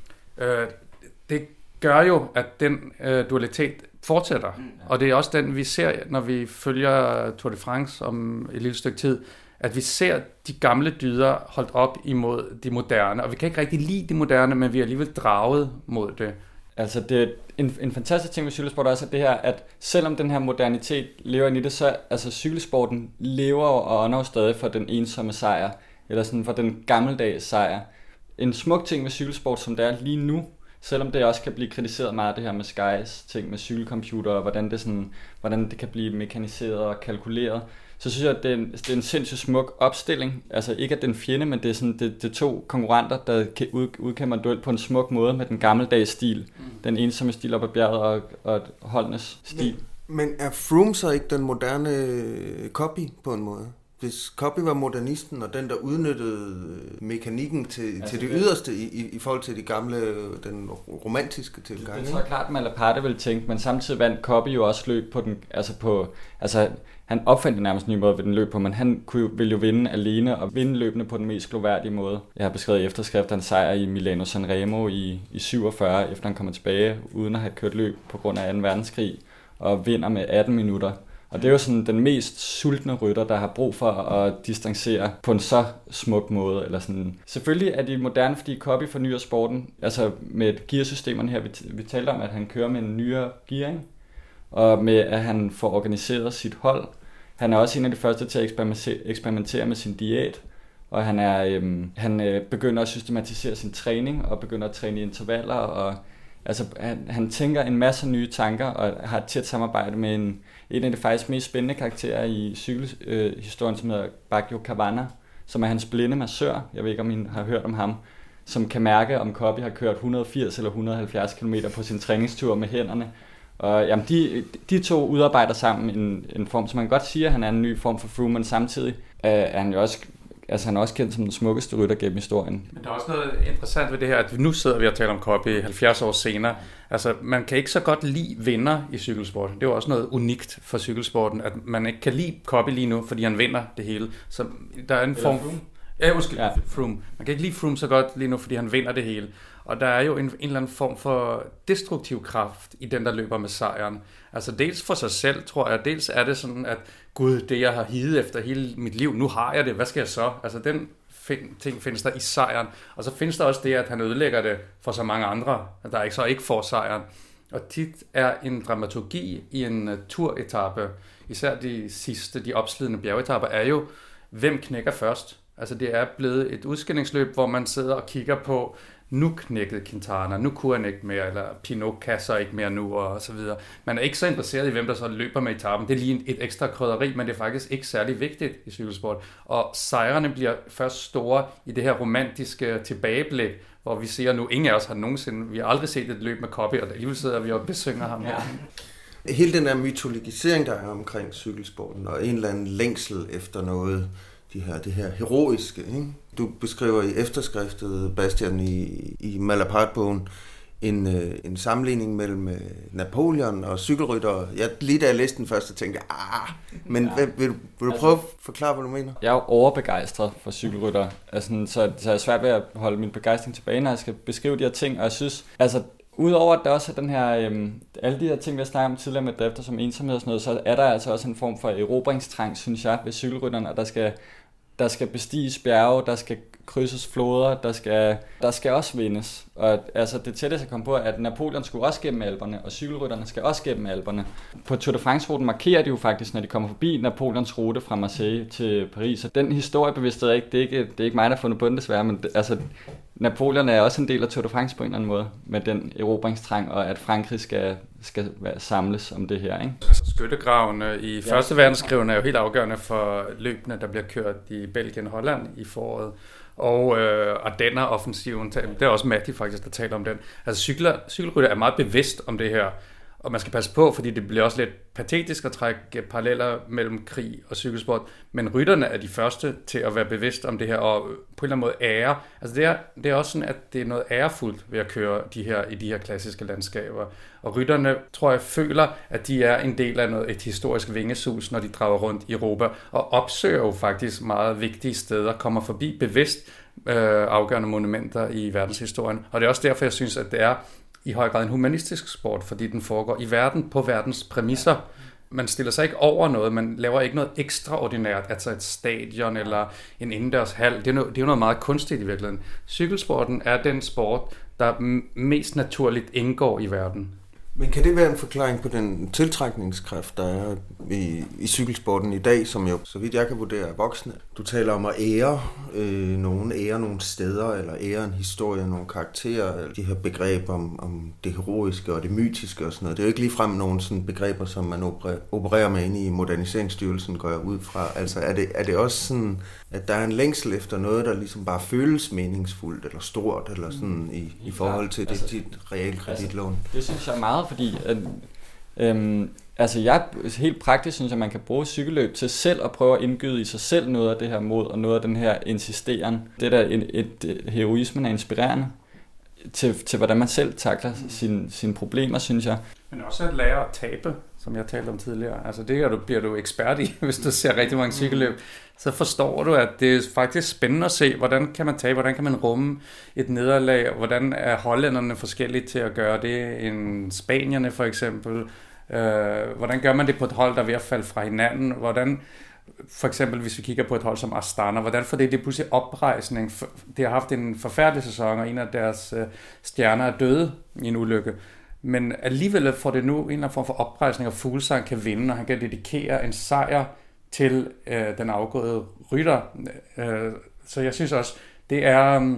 [SPEAKER 5] Øh, det gør jo, at den øh, dualitet fortsætter. Mm, ja. Og det er også den, vi ser, når vi følger Tour de France om et lille stykke tid, at vi ser de gamle dyder holdt op imod de moderne. Og vi kan ikke rigtig lide de moderne, men vi er alligevel draget mod det.
[SPEAKER 3] Altså det, en, en fantastisk ting med cykelsport er også det her, at selvom den her modernitet lever ind i det, så altså cykelsporten lever og ånder stadig for den ensomme sejr, eller sådan for den gammeldags sejr. En smuk ting med cykelsport, som det er lige nu, selvom det også kan blive kritiseret meget, det her med Skys ting med cykelcomputer, og hvordan det, sådan, hvordan det kan blive mekaniseret og kalkuleret, så synes jeg, at det er en, det er en sindssygt smuk opstilling. Altså ikke at den fjende, men det er, sådan, det, det er to konkurrenter, der ud, udkæmper en duel på en smuk måde med den gammeldags stil. Mm. Den ensomme stil op ad bjerget og, og holdenes stil.
[SPEAKER 2] Men, men er Froome så ikke den moderne copy på en måde? Hvis Copy var modernisten, og den, der udnyttede mekanikken til, altså, til det yderste i, i, i forhold til de gamle, den romantiske tilgang.
[SPEAKER 3] Det tror jeg klart, Malaparte ville tænke, men samtidig vandt Copy jo også løb på den, altså på, altså han opfandt nærmest en ny måde ved den løb på, men han kunne, ville jo vinde alene og vinde løbende på den mest gloværdige måde. Jeg har beskrevet i efterskrift en sejr i Milano Sanremo i, i syvogfyrre, efter han kommer tilbage, uden at have kørt løb på grund af anden verdenskrig, og vinder med atten minutter. Og det er jo sådan den mest sultne rytter, der har brug for at distancere på en så smuk måde. Eller sådan. Selvfølgelig er de moderne, fordi Copy fornyer sporten. Altså med gearsystemerne her, vi, vi talte om, at han kører med en nyere gearing, og med at han får organiseret sit hold. Han er også en af de første til at eksperimentere, eksperimentere med sin diæt, og han, er, øhm, han øh, begynder at systematisere sin træning, og begynder at træne i intervaller, og altså, han, han tænker en masse nye tanker, og har et tæt samarbejde med en, en af de faktisk mest spændende karakterer i cykelhistorien, øh, som hedder Bacchio Cavanna, som er hans blinde massør. Jeg ved ikke, om I har hørt om ham, som kan mærke, om Copy har kørt et hundrede og firs eller et hundrede og halvfjerds kilometer på sin træningstur med hænderne. Og jamen, de, de to udarbejder sammen en, en form, som man kan godt sige, at han er en ny form for Froome, men samtidig øh, er han jo også, altså han er også kendt som den smukkeste rytter gennem historien.
[SPEAKER 5] Men der er også noget interessant ved det her, at nu sidder vi og taler om Copy halvfjerds år senere. Altså, man kan ikke så godt lide vinder i cykelsporten. Det er jo også noget unikt for cykelsporten, at man ikke kan lide Copy lige nu, fordi han vinder det hele. Så der er en form... Ja, undskyld, ja. Froome. Man kan ikke lide Froome så godt lige nu, fordi han vinder det hele. Og der er jo en, en eller anden form for destruktiv kraft i den, der løber med sejren. Altså dels for sig selv, tror jeg. Dels er det sådan, at gud, det jeg har higet efter hele mit liv, nu har jeg det. Hvad skal jeg så? Altså den find, ting findes der i sejren. Og så findes der også det, at han ødelægger det for så mange andre, der ikke så ikke får sejren. Og tit er en dramaturgi i en uh, turetappe, især de sidste, de opslidende bjergetapper, er jo, hvem knækker først? Altså det er blevet et udskillingsløb, hvor man sidder og kigger på, nu knækkede Quintana, nu kunne han ikke mere, eller Pinot kan så ikke mere nu, og så videre. Man er ikke så interesseret i, hvem der så løber med etappen. Det er lige et ekstra krydderi, men det er faktisk ikke særlig vigtigt i cykelsport. Og sejrene bliver først store i det her romantiske tilbageblik, hvor vi siger, nu ingen af os har nogensinde, vi har aldrig set et løb med Copy, og alligevel sidder vi og besynger ham her.
[SPEAKER 2] Ja. Hele den her mytologisering, der er omkring cykelsporten, og en eller anden længsel efter noget, de her, det her heroiske, ikke? Du beskriver i efterskriftet, Bastian, i, i Malaparte-bogen, en, en sammenligning mellem Napoleon og cykelrytter. Jeg, lige da jeg læste den først, så tænkte jeg, ah, men ja. vil, vil, vil du prøve at forklare, hvad du mener?
[SPEAKER 3] Jeg er jo overbegejstret for cykelrytter, altså, så, så er jeg svært ved at holde min begejstring tilbage, når jeg skal beskrive de her ting, og jeg synes, altså, udover at der også er den her, øhm, alle de her ting, vi har snakket om tidligere med drifter som ensomhed og sådan noget, så er der altså også en form for erobringstrang, synes jeg, ved cykelrytterne, og der skal, der skal bestiges bjerge, der skal krydses floder, der skal, der skal også vindes. Og altså, det tætteste jeg kom på, at Napoleon skulle også gennem Alperne, og cykelrytterne skal også gennem Alperne. På Tour de France-ruten markerer de jo faktisk, når de kommer forbi Napoleons rute fra Marseille til Paris. Og den historiebevidsthed er ikke, det er ikke, det er ikke mig, der har fundet på den desværre, men det, altså, Napoleon er også en del af Tour de France på en eller anden måde, med den erobringstrang, og at Frankrig skal, skal samles om det her, ikke?
[SPEAKER 5] Altså, skyttegravene i ja. Første verdenskrig er jo helt afgørende for løbene, der bliver kørt i Belgien og Holland i foråret. Og øh, Ardenner-offensiven, det er også Matti faktisk, der taler om den. Altså cykler, cykelrytter er meget bevidst om det her, og man skal passe på, fordi det bliver også lidt patetisk at trække paralleller mellem krig og cykelsport, men rytterne er de første til at være bevidst om det her, og på en eller anden måde ære. Altså det er, det er også sådan, at det er noget ærefuldt ved at køre de her, i de her klassiske landskaber. Og rytterne, tror jeg, føler, at de er en del af noget, et historisk vingesus, når de drager rundt i Europa, og opsøger jo faktisk meget vigtige steder, kommer forbi bevidst øh, afgørende monumenter i verdenshistorien. Og det er også derfor, jeg synes, at det er i høj grad en humanistisk sport, fordi den foregår i verden på verdens præmisser. Man stiller sig ikke over noget, man laver ikke noget ekstraordinært, altså et stadion eller en indendørs hal. Det er, no, det er jo noget meget kunstigt i virkeligheden. Cykelsporten er den sport, der mest naturligt indgår i verden.
[SPEAKER 2] Men kan det være en forklaring på den tiltrækningskraft, der er i, i cykelsporten i dag, som jo, så vidt jeg kan vurdere, er voksne? Du taler om at ære øh, nogen, ære nogle steder, eller ære en historie, nogle karakterer, eller de her begreber om, om det heroiske og det mytiske og sådan noget. Det er jo ikke ligefrem nogle sådan begreber, som man opererer med inde i Moderniseringsstyrelsen, går jeg ud fra. Altså er det, er det også sådan, at der er en længsel efter noget, der ligesom bare føles meningsfuldt eller stort, eller sådan i, i forhold til det, dit realkreditlån?
[SPEAKER 3] Altså, det synes jeg er meget, fordi at, øhm, altså jeg helt praktisk synes, at man kan bruge cykelløb til selv at prøve at indgyde i sig selv noget af det her mod, og noget af den her insisteren. Det der et, et, et, heroismen er inspirerende til, til, hvordan man selv takler sine, sine problemer, synes jeg.
[SPEAKER 5] Men også at lære at tabe, som jeg talte om tidligere. Altså det du, bliver du ekspert i, hvis du ser rigtig mange cykelløb. Så forstår du, at det er faktisk spændende at se, hvordan kan man tabe, hvordan kan man rumme et nederlag, hvordan er hollænderne forskellige til at gøre det end spanierne for eksempel. Øh, hvordan gør man det på et hold, der er ved at falde fra hinanden? Hvordan, for eksempel hvis vi kigger på et hold som Astana, hvordan får det det pludselig oprejsning? De har haft en forfærdelig sæson, og en af deres øh, stjerner er døde i en ulykke. Men alligevel får det nu en eller anden form for oprejsning, og Fuglsang kan vinde, og han kan dedikere en sejr til øh, den afgåede rytter. Øh, så jeg synes også, det er øh,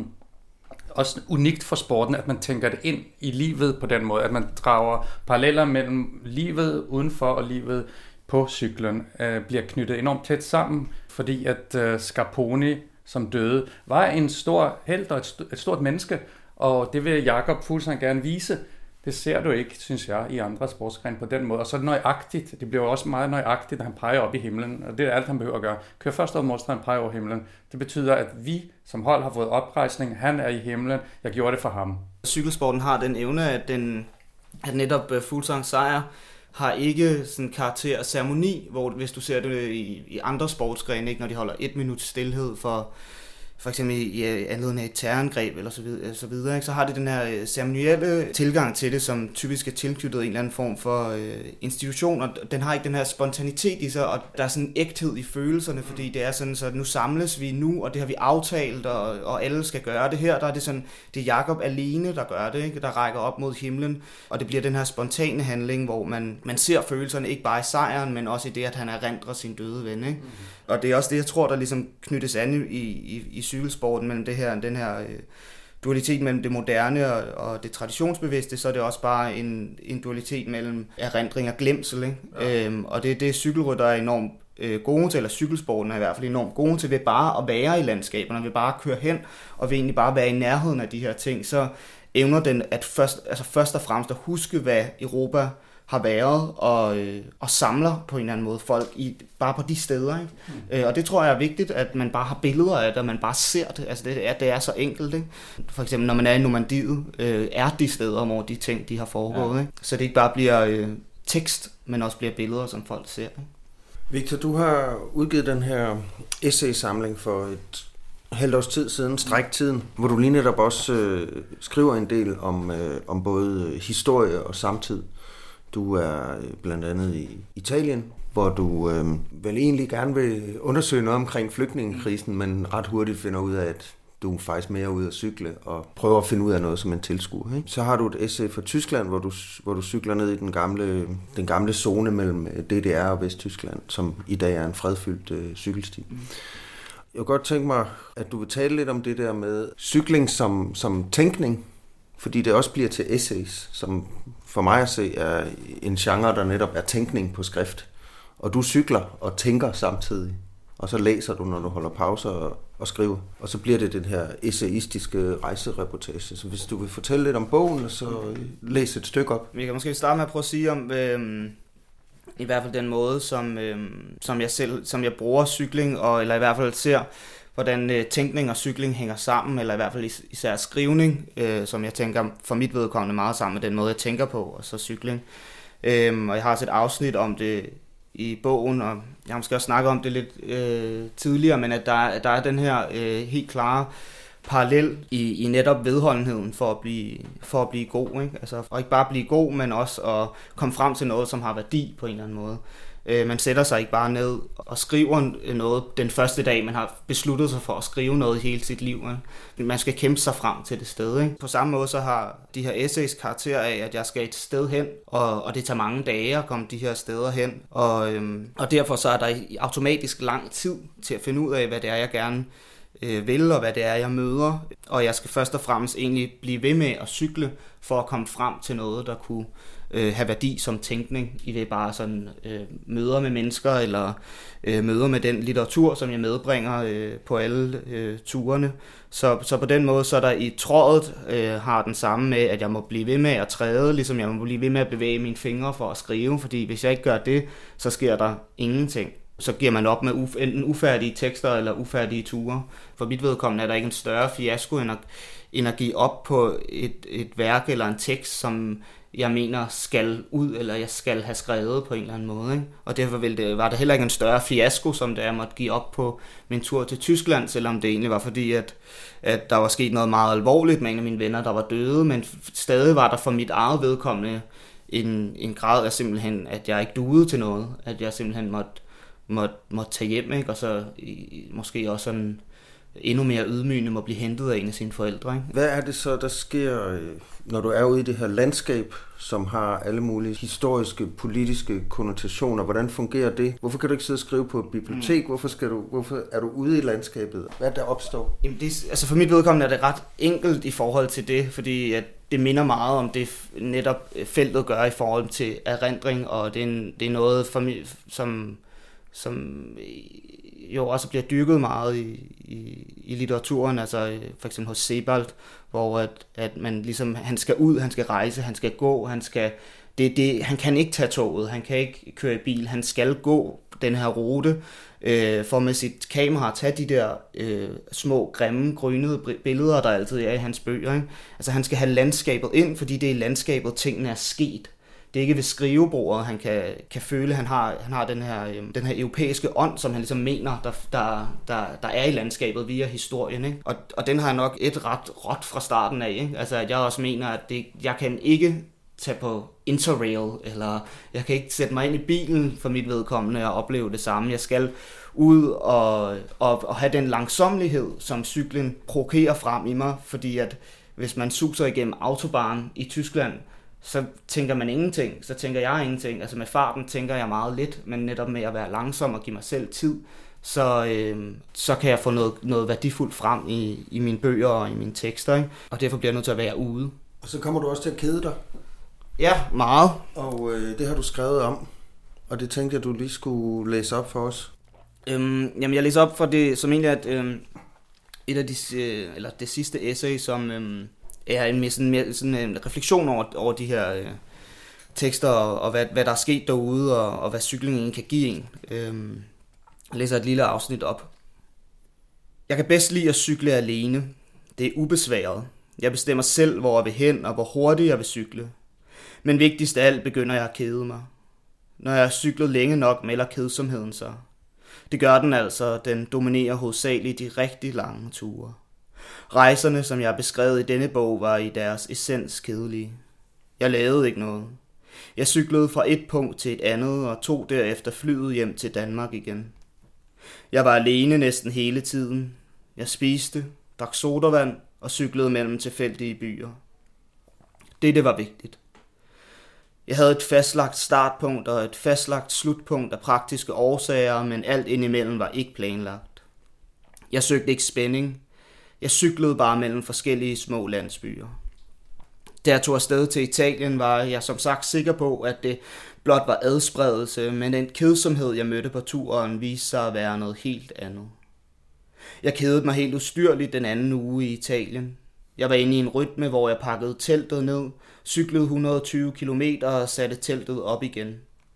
[SPEAKER 5] også unikt for sporten, at man tænker det ind i livet på den måde, at man drager paralleller mellem livet udenfor og livet på cyklen, øh, bliver knyttet enormt tæt sammen, fordi at øh, Scarponi, som døde, var en stor helt og et, st- et stort menneske, og det vil Jakob Fuglsang gerne vise. Det ser du ikke, synes jeg, i andre sportsgrene på den måde. Og så er det nøjagtigt. Det bliver jo også meget nøjagtigt, når han peger op i himlen. Og det er alt, han behøver at gøre. Kør først over målstregen, peger over himlen. Det betyder, at vi som hold har fået oprejsning. Han er i himlen. Jeg gjorde det for ham.
[SPEAKER 4] Cykelsporten har den evne, at, den, at netop Fuglsangs sejr har ikke sådan karakter af ceremoni, hvor hvis du ser det i, i andre sportsgrene, ikke, når de holder et minut stilhed for... for eksempel i anledning af et terrorangreb eller så videre, så, videre ikke? Så har det den her ceremonielle tilgang til det, som typisk er tilknyttet en eller anden form for øh, institution, og den har ikke den her spontanitet i sig, og der er sådan en ægthed i følelserne, fordi det er sådan, så nu samles vi nu, og det har vi aftalt, og, og alle skal gøre det her. Der er det sådan, det er Jakob alene, der gør det, ikke? Der rækker op mod himlen, og det bliver den her spontane handling, hvor man, man ser følelserne ikke bare i sejren, men også i det, at han erindrer sin døde ven, ikke? Mm-hmm. Og det er også det, jeg tror, der ligesom knyttes an i, i, i cykelsporten mellem det her, den her øh, dualitet mellem det moderne og, og det traditionsbevidste, så er det også bare en, en dualitet mellem erindring og glemsel, ikke? Ja. Øhm, og det er det, cykelrytter er enormt øh, gode til, eller cykelsporten er i hvert fald enormt gode til, ved bare at være i landskaberne, ved bare at køre hen, og ved egentlig bare være i nærheden af de her ting, så evner den at først, altså først og fremmest at huske, hvad Europa har været, og, øh, og samler på en eller anden måde folk i, bare på de steder. Ikke? Mm. Øh, og det tror jeg er vigtigt, at man bare har billeder af det, og man bare ser det. Altså det er, det er så enkelt. Ikke? For eksempel når man er i Normandiet, øh, er de steder, hvor de ting de har foregået. Ja. Ikke? Så det ikke bare bliver øh, tekst, men også bliver billeder, som folk ser. Ikke?
[SPEAKER 2] Victor, du har udgivet den her essay-samling for et halvt års tid siden, Stræktiden, hvor du lige netop også øh, skriver en del om, øh, om både historie og samtid. Du er blandt andet i Italien, hvor du øh, vel egentlig gerne vil undersøge noget omkring flygtningekrisen, men ret hurtigt finder ud af, at du er faktisk mere ude at cykle og prøver at finde ud af noget som en tilskuer. Ikke? Så har du et essay fra Tyskland, hvor du, hvor du cykler ned i den gamle, den gamle zone mellem D D R og Vesttyskland, som i dag er en fredfyldt øh, cykelsti. Mm. Jeg kunne godt tænke mig, at du vil tale lidt om det der med cykling som, som tænkning, fordi det også bliver til essays, som for mig at se er en genre, der netop er tænkning på skrift. Og du cykler og tænker samtidig, og så læser du, når du holder pauser og, og skriver. Og så bliver det den her essayistiske rejsereportage. Så hvis du vil fortælle lidt om bogen, så læs et stykke op.
[SPEAKER 4] Vi kan måske starte med at prøve at sige om, øh, i hvert fald den måde, som, øh, som, jeg selv, som jeg bruger cykling, og, eller i hvert fald ser, hvordan øh, tænkning og cykling hænger sammen, eller i hvert fald is- især skrivning, øh, som jeg tænker for mit vedkommende meget sammen med den måde, jeg tænker på, og så cykling. Øhm, og jeg har også et afsnit om det i bogen, og jeg har måske også snakket om det lidt øh, tidligere, men at der, der er den her øh, helt klare parallel i, i netop vedholdenheden for at blive, for at blive god. Ikke? Altså, og ikke bare blive god, men også at komme frem til noget, som har værdi på en eller anden måde. Man sætter sig ikke bare ned og skriver noget den første dag, man har besluttet sig for at skrive noget hele sit liv. Man skal kæmpe sig frem til det sted. Ikke? På samme måde så har de her essays karakter af, at jeg skal et sted hen, og, og det tager mange dage at komme de her steder hen. Og, øhm, og derfor så er der automatisk lang tid til at finde ud af, hvad det er, jeg gerne øh, vil, og hvad det er, jeg møder. Og jeg skal først og fremmest egentlig blive ved med at cykle, for at komme frem til noget, der kunne øh, have værdi som tænkning, i det bare sådan øh, møder med mennesker, eller øh, møder med den litteratur, som jeg medbringer øh, på alle øh, turene. Så, så på den måde, så er der i trådet øh, har den samme med, at jeg må blive ved med at træde, ligesom jeg må blive ved med at bevæge mine fingre for at skrive, fordi hvis jeg ikke gør det, så sker der ingenting. Så giver man op med uf- enten ufærdige tekster eller ufærdige ture. For mit vedkommende er der ikke en større fiasko end at, end at give op på et, et værk eller en tekst, som jeg mener skal ud, eller jeg skal have skrevet på en eller anden måde. Ikke? Og derfor ville det, var det heller ikke en større fiasko, som det er, jeg måtte give op på min tur til Tyskland, selvom det egentlig var fordi, at, at der var sket noget meget alvorligt med en af mine venner, der var døde, men stadig var der for mit eget vedkommende en, en grad af simpelthen, at jeg ikke duede til noget, at jeg simpelthen måtte Måtte, måtte tage hjem, ikke? Og så i, måske også sådan endnu mere ydmygende må blive hentet af en af sine forældre. Ikke?
[SPEAKER 2] Hvad er det så, der sker, når du er ude i det her landskab, som har alle mulige historiske, politiske konnotationer? Hvordan fungerer det? Hvorfor kan du ikke sidde og skrive på et bibliotek? Mm. Hvorfor, skal du, hvorfor er du ude i landskabet? Hvad der opstår?
[SPEAKER 4] Jamen det, altså for mit vedkommende er det ret enkelt i forhold til det, fordi at det minder meget om det netop feltet gør i forhold til erindring, og det er, en, det er noget, for mig, som... som jo også bliver dyrket meget i, i, i litteraturen, altså for eksempel hos Sebald, hvor at, at man ligesom, han skal ud, han skal rejse, han skal gå, han skal, det, det, han kan ikke tage toget, han kan ikke køre i bil, han skal gå den her rute, øh, for med sit kamera at tage de der øh, små, grimme, grynede billeder, der altid er i hans bøger. Ikke? Altså han skal have landskabet ind, fordi det er i landskabet, tingene er sket. Det er ikke ved skrivebordet, han kan, kan føle, han har, han har den her, øhm, den her europæiske ånd, som han ligesom mener, der, der, der, der er i landskabet via historien. Ikke? Og, og den har jeg nok et ret råt fra starten af. Ikke? Altså, at jeg også mener, at det, jeg kan ikke tage på Interrail, eller jeg kan ikke sætte mig ind i bilen for mit vedkommende og opleve det samme. Jeg skal ud og, og, og have den langsommelighed, som cyklen provokerer frem i mig, fordi at hvis man suser igennem autobahn i Tyskland, så tænker man ingenting, så tænker jeg ingenting. Altså med farten tænker jeg meget lidt, men netop med at være langsom og give mig selv tid, så, øh, så kan jeg få noget, noget værdifuldt frem i, i mine bøger og i mine tekster. Ikke? Og derfor bliver jeg nødt til at være ude.
[SPEAKER 2] Og så kommer du også til at kede dig.
[SPEAKER 4] Ja, meget.
[SPEAKER 2] Og øh, det har du skrevet om, og det tænkte jeg, du lige skulle læse op for os.
[SPEAKER 4] Øhm, jamen jeg læser op for det, som egentlig er et, øh, et af de, øh, eller det sidste essay, som... Øh, er en mere sådan, mere sådan en refleksion over, over de her øh, tekster, og, og hvad, hvad der er sket derude, og, og hvad cyklingen kan give en. Øhm, jeg læser et lille afsnit op. Jeg kan bedst lide at cykle alene. Det er ubesværet. Jeg bestemmer selv, hvor jeg vil hen, og hvor hurtigt jeg vil cykle. Men vigtigst af alt begynder jeg at kede mig. Når jeg har cyklet længe nok, melder kedsomheden sig. Det gør den altså, den dominerer hovedsageligt de rigtig lange ture. Rejserne, som jeg har beskrevet i denne bog, var i deres essens kedelige. Jeg lavede ikke noget. Jeg cyklede fra et punkt til et andet og tog derefter flyet hjem til Danmark igen. Jeg var alene næsten hele tiden. Jeg spiste, drak sodavand og cyklede mellem tilfældige byer. Dette var vigtigt. Jeg havde et fastlagt startpunkt og et fastlagt slutpunkt af praktiske årsager, men alt indimellem var ikke planlagt. Jeg søgte ikke spænding. Jeg cyklede bare mellem forskellige små landsbyer. Da jeg tog afsted til Italien, var jeg som sagt sikker på, at det blot var adspredelse, men den kedsomhed, jeg mødte på turen, viste sig at være noget helt andet. Jeg kedede mig helt ustyrligt den anden uge i Italien. Jeg var inde i en rytme, hvor jeg pakkede teltet ned, cyklede et hundrede og tyve kilometer og satte teltet op igen.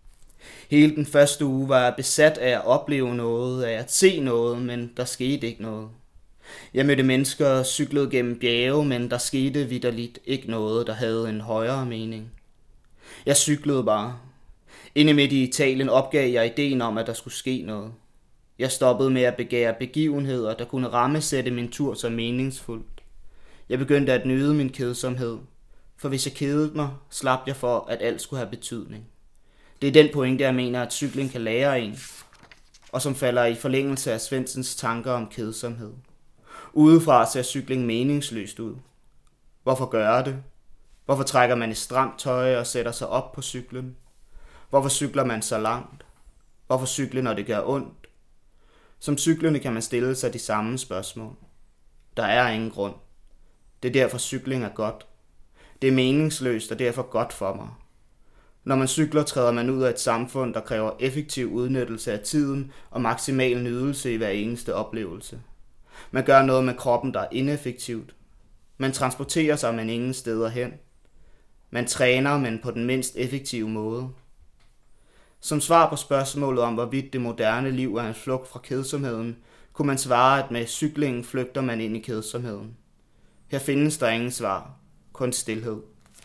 [SPEAKER 4] Hele den første uge var jeg besat af at opleve noget, af at se noget, men der skete ikke noget. Jeg mødte mennesker og cyklede gennem bjerge, men der skete vitterligt ikke noget, der havde en højere mening. Jeg cyklede bare. Inde midt i Italien opgav jeg ideen om, at der skulle ske noget. Jeg stoppede med at begære begivenheder, der kunne rammesætte min tur som meningsfuldt. Jeg begyndte at nyde min kedsomhed, for hvis jeg kedede mig, slap jeg for, at alt skulle have betydning. Det er den pointe, jeg mener, at cykling kan lære en, og som falder i forlængelse af Svendsens tanker om kedsomhed. Udefra ser cykling meningsløst ud. Hvorfor gøre det? Hvorfor trækker man i stramt tøj og sætter sig op på cyklen? Hvorfor cykler man så langt? Hvorfor cykle, når det gør ondt? Som cyklerne kan man stille sig de samme spørgsmål. Der er ingen grund. Det er derfor cykling er godt. Det er meningsløst og derfor godt for mig. Når man cykler, træder man ud af et samfund, der kræver effektiv udnyttelse af tiden og maksimal nydelse i hver eneste oplevelse. Man gør noget med kroppen, der er ineffektivt. Man transporterer sig, men ingen steder hen. Man træner, men på den mindst effektive måde. Som svar på spørgsmålet om, hvorvidt det moderne liv er en flugt fra kedsomheden, kunne man svare, at med cyklingen flygter man ind i kedsomheden. Her findes der ingen svar, kun stilhed.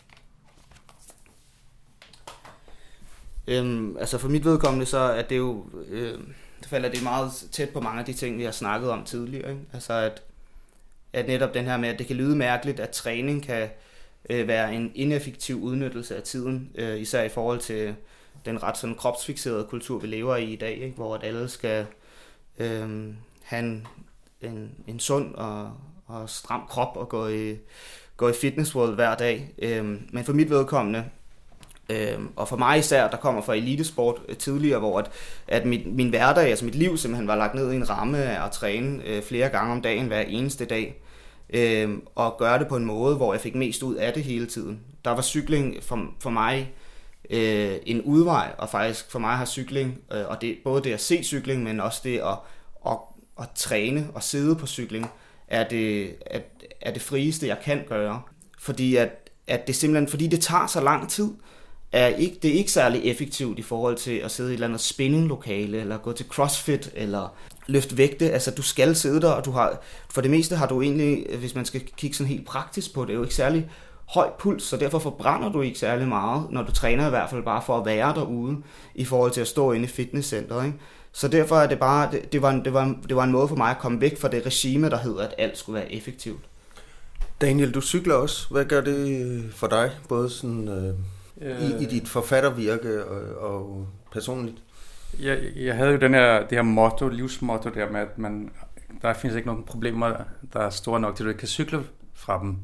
[SPEAKER 4] Øhm, altså for mit vedkommende, så er det jo, øh, det falder det meget tæt på mange af de ting, vi har snakket om tidligere. Ikke? Altså at, at netop den her med, at det kan lyde mærkeligt, at træning kan øh, være en ineffektiv udnyttelse af tiden, øh, især i forhold til den ret sådan kropsfikserede kultur, vi lever i i dag, ikke? Hvor at alle skal øh, have en, en, en sund og, og stram krop og gå i, gå i Fitness World hver dag. Øh, men for mit vedkommende, øh, og for mig især, der kommer fra elitesport øh, tidligere, hvor at, at mit, min hverdag, altså mit liv simpelthen var lagt ned i en ramme af at træne øh, flere gange om dagen hver eneste dag. Øh, og gøre det på en måde, hvor jeg fik mest ud af det hele tiden. Der var cykling for, for mig øh, en udvej, og faktisk for mig har cykling, øh, og det, både det at se cykling, men også det at, at, at træne og sidde på cykling, er det, er, er det frieste, jeg kan gøre. Fordi at, at det simpelthen, fordi det tager så lang tid, er ikke, det er ikke særlig effektivt i forhold til at sidde i et eller andet spinninglokale, eller gå til CrossFit, eller løfte vægte. Altså, du skal sidde der, og du har, for det meste har du egentlig, hvis man skal kigge sådan helt praktisk på det, er jo ikke særlig høj puls, så derfor forbrænder du ikke særlig meget, når du træner i hvert fald bare for at være derude, i forhold til at stå inde i fitnesscenteret, ikke? Så derfor er det bare, det, det, var en, det, var en, det var en måde for mig at komme væk fra det regime, der hedder, at alt skulle være effektivt.
[SPEAKER 2] Daniel, du cykler også. Hvad gør det for dig, både sådan, øh, øh... I, i dit forfattervirke og, og personligt?
[SPEAKER 5] Jeg, jeg havde jo den her, det her motto, livsmotto der med, at man, der findes ikke nogen problemer, der er store nok til, at du ikke kan cykle fra dem.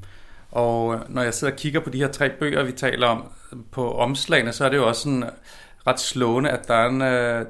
[SPEAKER 5] Og når jeg sidder og kigger på de her tre bøger, vi taler om på omslagene, så er det jo også sådan ret slående, at der er en,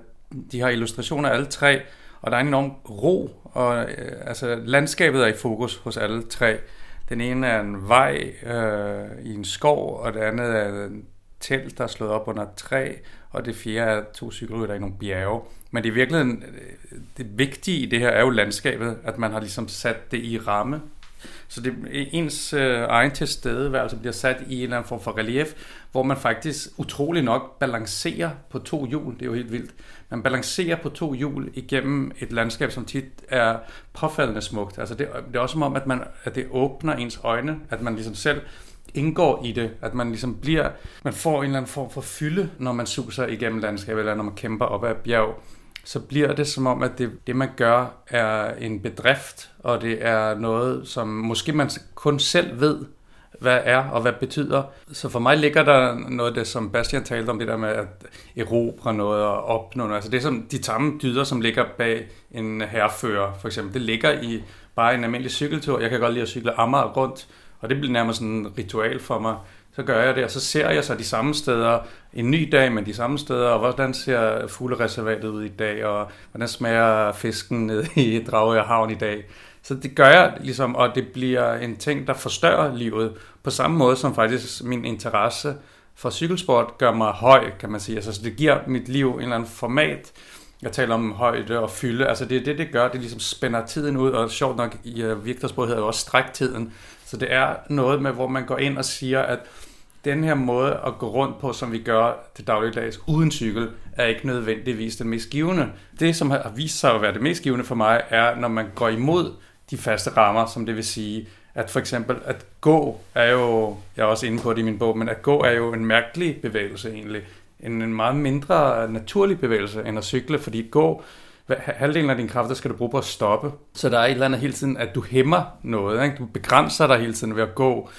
[SPEAKER 5] de har illustrationer af alle tre, og der er en enorm ro, og altså, landskabet er i fokus hos alle tre. Den ene er en vej øh, i en skov, og det andet er en telt, der er slået op under et træ, og det fjerde er to cykelrytter i nogle bjerge. Men det er virkelig det vigtige i det her er jo landskabet, at man har ligesom sat det i ramme. Så det, ens øh, egen tilstedeværelse bliver sat i en eller anden form for relief, hvor man faktisk utrolig nok balancerer på to hjul. Det er jo helt vildt. Man balancerer på to hjul igennem et landskab, som tit er påfaldende smukt. Altså det, det er også som om, at, man, at det åbner ens øjne, at man ligesom selv indgår i det, at man ligesom bliver, man får en eller anden form for fylde, når man suser igennem landskabet, eller når man kæmper op ad et bjerg. Så bliver det som om, at det, det man gør er en bedrift, og det er noget, som måske man kun selv ved, hvad er og hvad betyder. Så for mig ligger der noget af det, som Bastian talte om, det der med at erobre noget og opnå noget. Altså det er som de samme dyder, som ligger bag en hærfører, for eksempel. Det ligger i bare en almindelig cykeltur. Jeg kan godt lide at cykle Amager rundt, og det bliver nærmest sådan en ritual for mig. Så gør jeg det, og så ser jeg så de samme steder en ny dag med de samme steder, og hvordan ser fuglereservatet ud i dag, og hvordan smager fisken nede i Dragør Havn i dag. Så det gør jeg ligesom, og det bliver en ting, der forstørrer livet, på samme måde som faktisk min interesse for cykelsport gør mig høj, kan man sige. Altså, så det giver mit liv en eller anden format. Jeg taler om højde og fylde, altså det er det, det gør, det ligesom spænder tiden ud, og sjovt nok i Victorsport hedder jo også stræktiden. Så det er noget med, hvor man går ind og siger, at den her måde at gå rundt på, som vi gør til dagligdags uden cykel, er ikke nødvendigvis den mest givende. Det, som har vist sig at være det mest givende for mig, er, når man går imod de faste rammer, som det vil sige, at for eksempel at gå er jo, jeg er også inde på det i min bog, men at gå er jo en mærkelig bevægelse egentlig. En meget mindre naturlig bevægelse end at cykle, fordi gå, halvdelen af dine kræfter skal du bruge på at stoppe. Så der er et eller andet hele tiden, at du hæmmer noget, ikke? Du begrænser dig hele tiden ved at gå.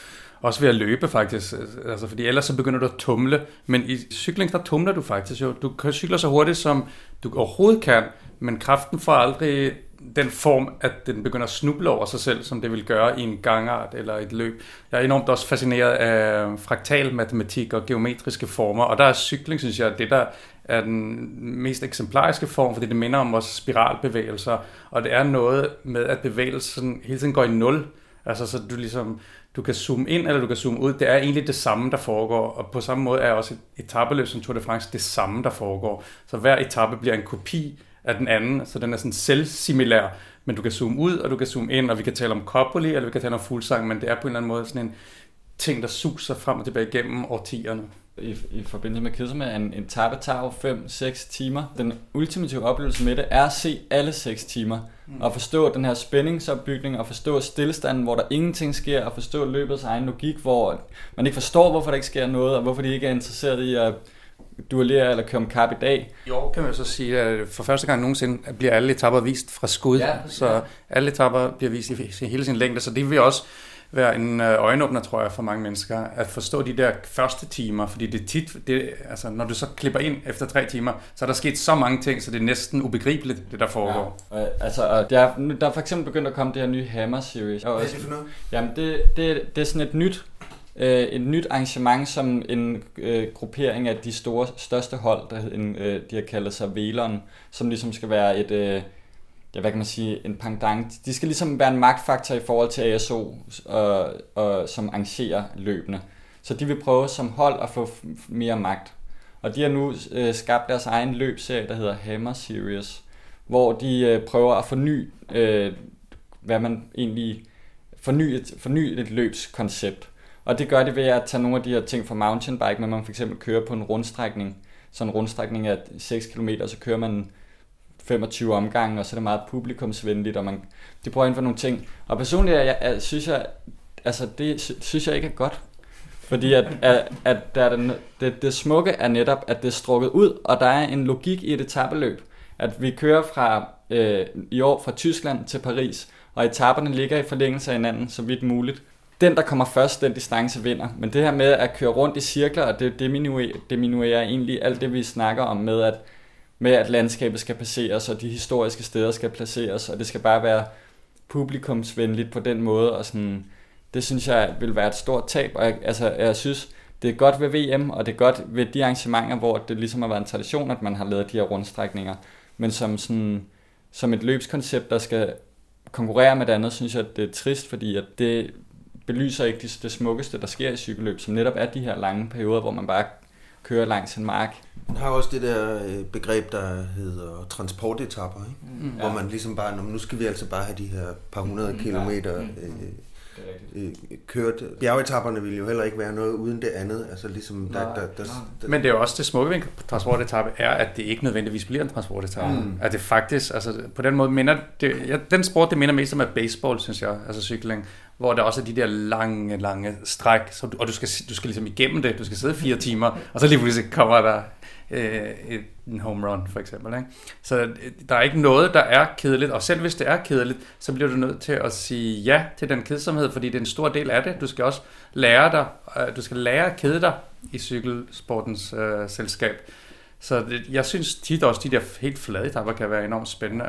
[SPEAKER 5] også ved at løbe faktisk, altså fordi ellers så begynder du at tumle, men i cykling der tumler du faktisk jo. Du kan cykle så hurtigt som du overhovedet kan, men kraften får aldrig den form, at den begynder at snuble over sig selv, som det vil gøre i en gangart eller et løb. Jeg er enormt også fascineret af fraktal matematik og geometriske former, og der er cykling, synes jeg, det der er den mest eksemplariske form, fordi det minder om vores spiralbevægelser, og det er noget med, at bevægelsen hele tiden går i nul, altså så du ligesom, du kan zoome ind, eller du kan zoome ud, det er egentlig det samme, der foregår, og på samme måde er også et etapeløb som Tour de France det samme, der foregår, så hver etape bliver en kopi af den anden, så den er sådan selvsimilær, men du kan zoome ud, og du kan zoome ind, og vi kan tale om Coppoli, eller vi kan tale om Fuglsang, men det er på en eller anden måde sådan en ting, der suser frem og tilbage gennem årtierne.
[SPEAKER 3] I, i forbindelse med kedsomhed, en etape tager jo fem seks timer. Den ultimative oplevelse med det er at se alle seks timer, mm. og forstå den her spændingsopbygning, og forstå stillestanden, hvor der ingenting sker, og forstå løbets egen logik, hvor man ikke forstår, hvorfor der ikke sker noget, og hvorfor de ikke er interesseret i at duellere eller køre om kap i dag.
[SPEAKER 5] Jo, kan man jo så sige, at for første gang nogensinde bliver alle etapper vist fra skud, ja, så ja. alle etapper bliver vist i hele sin længde, så det vil også være en øjenåbner, tror jeg, for mange mennesker, at forstå de der første timer, fordi det er tit, det, altså, når du så klipper ind efter tre timer, så er der sket så mange ting, så det er næsten ubegribeligt, det der foregår.
[SPEAKER 3] Ja, altså, der, er, der er for eksempel begyndt at komme det her nye Hammer Series.
[SPEAKER 2] Hvad er det for noget?
[SPEAKER 3] Jamen, det, det, det er sådan et nyt, øh, et nyt arrangement, som en øh, gruppering af de store, største hold, der en, øh, de har kaldt sig Velon, som ligesom skal være et... Øh, ja, hvad kan man sige, en pendant. De skal ligesom være en magtfaktor i forhold til A S O, og, og, som arrangerer løbende. Så de vil prøve som hold at få mere magt. Og de har nu øh, skabt deres egen løbserie, der hedder Hammer Series, hvor de øh, prøver at forny, øh, hvad man egentlig forny et, forny et løbskoncept. Og det gør de ved at tage nogle af de her ting fra mountainbike, når man for eksempel kører på en rundstrækning. Så en rundstrækning er seks kilometer, så kører man femogtyve omgange, og så er det meget publikumsvenligt, og man, de prøver ind for nogle ting. Og personligt, jeg, jeg, synes jeg, altså det synes jeg ikke er godt. Fordi at, at, at der er den, det, det smukke er netop, at det er strukket ud, og der er en logik i et etapeløb. At vi kører fra øh, i år fra Tyskland til Paris, og etaperne ligger i forlængelse af hinanden, så vidt muligt. Den, der kommer først, den distance vinder. Men det her med at køre rundt i cirkler, og det diminuerer, diminuerer egentlig alt det, vi snakker om med, at med at landskabet skal passeres, og de historiske steder skal placeres, og det skal bare være publikumsvenligt på den måde, og sådan, det synes jeg vil være et stort tab, og jeg, altså, jeg synes, det er godt ved V M, og det er godt ved de arrangementer, hvor det ligesom har været en tradition, at man har lavet de her rundstrækninger, men som, sådan, som et løbskoncept, der skal konkurrere med det andet, synes jeg, det er trist, fordi at det belyser ikke det, det smukkeste, der sker i cykelløb, som netop er de her lange perioder, hvor man bare kører langs en mark.
[SPEAKER 2] Man har også det der begreb, der hedder transportetapper, ikke? Mm. Hvor man ligesom bare, nu skal vi altså bare have de her par hundrede kilometer mm. øh, øh, kørt. Bjergetapperne ville jo heller ikke være noget uden det andet. Altså ligesom der, der, der, der,
[SPEAKER 5] Men det er jo også det smukke ved en transportetappe, er, at det ikke nødvendigvis bliver en transportetappe. Mm. At det faktisk, altså på den måde minder, det, ja, den sport, det minder mest om baseball, synes jeg, altså cykling, hvor der også er de der lange, lange stræk, så du, og du skal, du skal ligesom igennem det, du skal sidde fire timer, og så lige pludselig kommer der øh, en home run, for eksempel. Ikke? Så der er ikke noget, der er kedeligt, og selv hvis det er kedeligt, så bliver du nødt til at sige ja til den kedsomhed, fordi det er en stor del af det. Du skal også lære dig, du skal lære at kede dig i cykelsportens øh, selskab. Så det, jeg synes tit også, de der helt flade etapper kan være enormt spændende,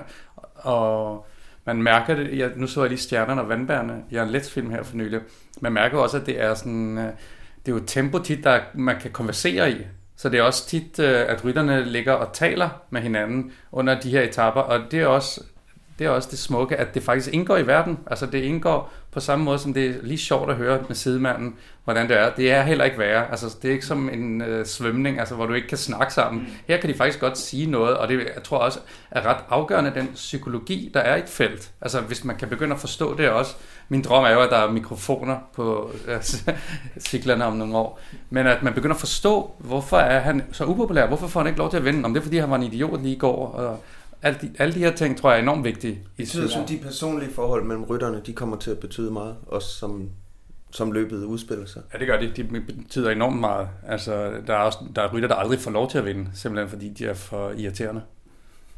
[SPEAKER 5] og man mærker det, jeg, nu så jeg lige Stjernerne og Vandbærerne, jeg har en let film her for nylig, man mærker også, at det er sådan, det er jo tempo tit, der man kan konversere i, så det er også tit, at rytterne ligger og taler med hinanden under de her etaper, og det er også det, er også det smukke, at det faktisk indgår i verden, altså det indgår på samme måde, som det er lige sjovt at høre med sidemanden, hvordan det er. Det er heller ikke værre, altså det er ikke som en øh, svømning, altså hvor du ikke kan snakke sammen. Her kan de faktisk godt sige noget, og det jeg tror også er ret afgørende, den psykologi, der er i et felt. Altså hvis man kan begynde at forstå det også. Min drøm er jo, at der er mikrofoner på øh, cyklerne om nogle år, men at man begynder at forstå, hvorfor er han så upopulær, hvorfor får han ikke lov til at vinde, om det er fordi han var en idiot lige i går, og Alle de, alle de her ting, tror jeg er enormt vigtige.
[SPEAKER 2] Det betyder, som de personlige forhold mellem rytterne, de kommer til at betyde meget, også som, som løbet udspiller sig.
[SPEAKER 5] Ja, det gør de. De betyder enormt meget. Altså, der er også der er rytter, der aldrig får lov til at vinde, simpelthen fordi de er for irriterende.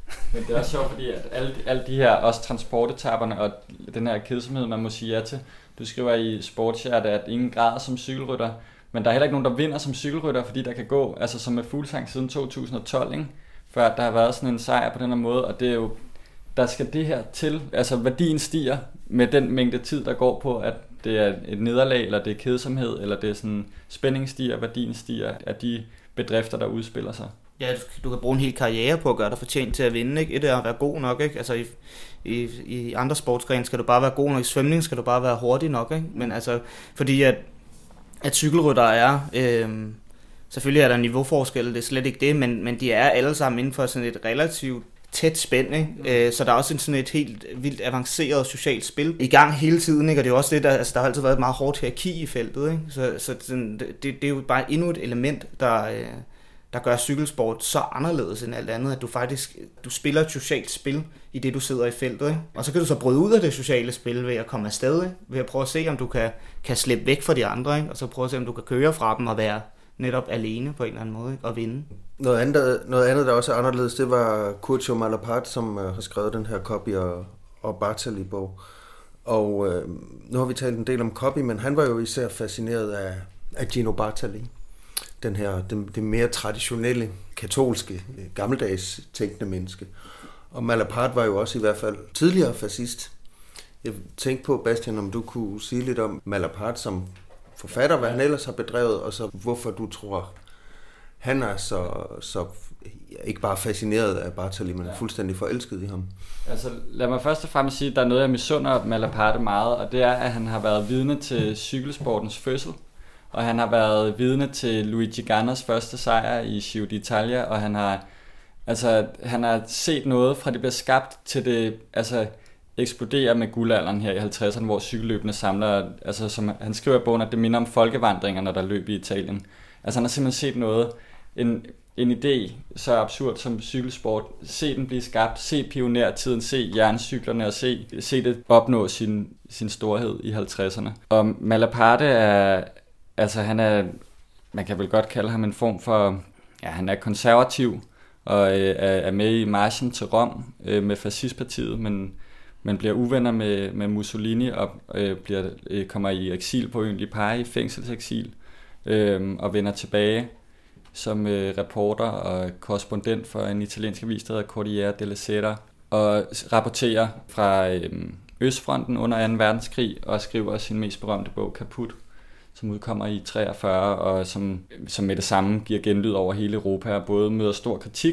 [SPEAKER 3] Men det er også sjovt, fordi at alle, alle de her, også transportetapperne og den her kedsomhed, man må sige ja til. Du skriver i Sportshjerte, at ingen græder som cykelrytter, men der er heller ikke nogen, der vinder som cykelrytter, fordi der kan gå, altså som med Fuglsang siden to tusind og tolv, ikke? Før der har været sådan en sejr på den her måde, og det er jo, der skal det her til, altså værdien stiger med den mængde tid, der går på, at det er et nederlag, eller det er kedsomhed, eller det er sådan, spænding stiger, værdien stiger af de bedrifter, der udspiller sig.
[SPEAKER 4] Ja, du, du kan bruge en hel karriere på at gøre dig fortjent til at vinde, ikke? Et er at være god nok, ikke? Altså i, i, i andre sportsgrene skal du bare være god nok, i svømning skal du bare være hurtig nok, ikke? Men altså, fordi at, at cykelrytter er, øh, selvfølgelig er der niveauforskel, det er slet ikke det, men, men de er alle sammen inden for sådan et relativt tæt spænd, ikke? Så der er også en sådan et helt vildt avanceret socialt spil i gang hele tiden, ikke? Og det er også det, der, altså, der har altid været et meget hårdt hierarki i feltet, ikke? Så, så det, det er jo bare endnu et element, der, der gør cykelsport så anderledes end alt andet, at du faktisk du spiller et socialt spil i det, du sidder i feltet, ikke? Og så kan du så bryde ud af det sociale spil ved at komme afsted, ikke? Ved at prøve at se, om du kan, kan slippe væk fra de andre, ikke? Og så prøve at se, om du kan køre fra dem og være netop alene på en eller anden måde, ikke? Og vinde.
[SPEAKER 2] Noget andet, noget andet, der også er anderledes, det var Curcio Malaparte, som uh, har skrevet den her Coppi og, og Bartali-bog. Og uh, nu har vi talt en del om Coppi, men han var jo især fascineret af, af Gino Bartali. Den her, det, det mere traditionelle, katolske, gammeldags tænkende menneske. Og Malaparte var jo også i hvert fald tidligere fascist. Jeg tænkte på, Bastian, om du kunne sige lidt om Malaparte som forfatter, hvad han ellers har bedrevet, og så hvorfor du tror, han er så, så ikke bare fascineret af Bartali, men ja. fuldstændig forelsket i ham.
[SPEAKER 3] Altså lad mig først og fremmest sige, at der er noget, jeg misunder Malaparte meget, og det er, at han har været vidne til cykelsportens fødsel, og han har været vidne til Luigi Gannas første sejr i Giro d'Italia, og han har, altså, han har set noget fra det bliver skabt til det, altså eksploderer med guldalderen her i halvtredserne, hvor cykelløbene samler, altså som han skriver i bogen, at det minder om folkevandringerne, der løb i Italien. Altså han har simpelthen set noget, en, en idé så absurd som cykelsport, se den blive skabt, se pionertiden, se jerncyklerne og se, se det opnå sin, sin storhed i halvtredserne. Og Malaparte er, altså han er, man kan vel godt kalde ham en form for, ja han er konservativ og øh, er med i marchen til Rom øh, med fascistpartiet, men man bliver uvenner med, med Mussolini og øh, bliver, øh, kommer i eksil på øen Lipari, fængselseksil, øh, og vender tilbage som øh, reporter og korrespondent for en italiensk avis, der hedder Corriere della Sera, og rapporterer fra øh, Østfronten under anden verdenskrig og skriver sin mest berømte bog, Kaput, som udkommer i treogfyrre og som, som med det samme giver genlyd over hele Europa og både møder stor kritik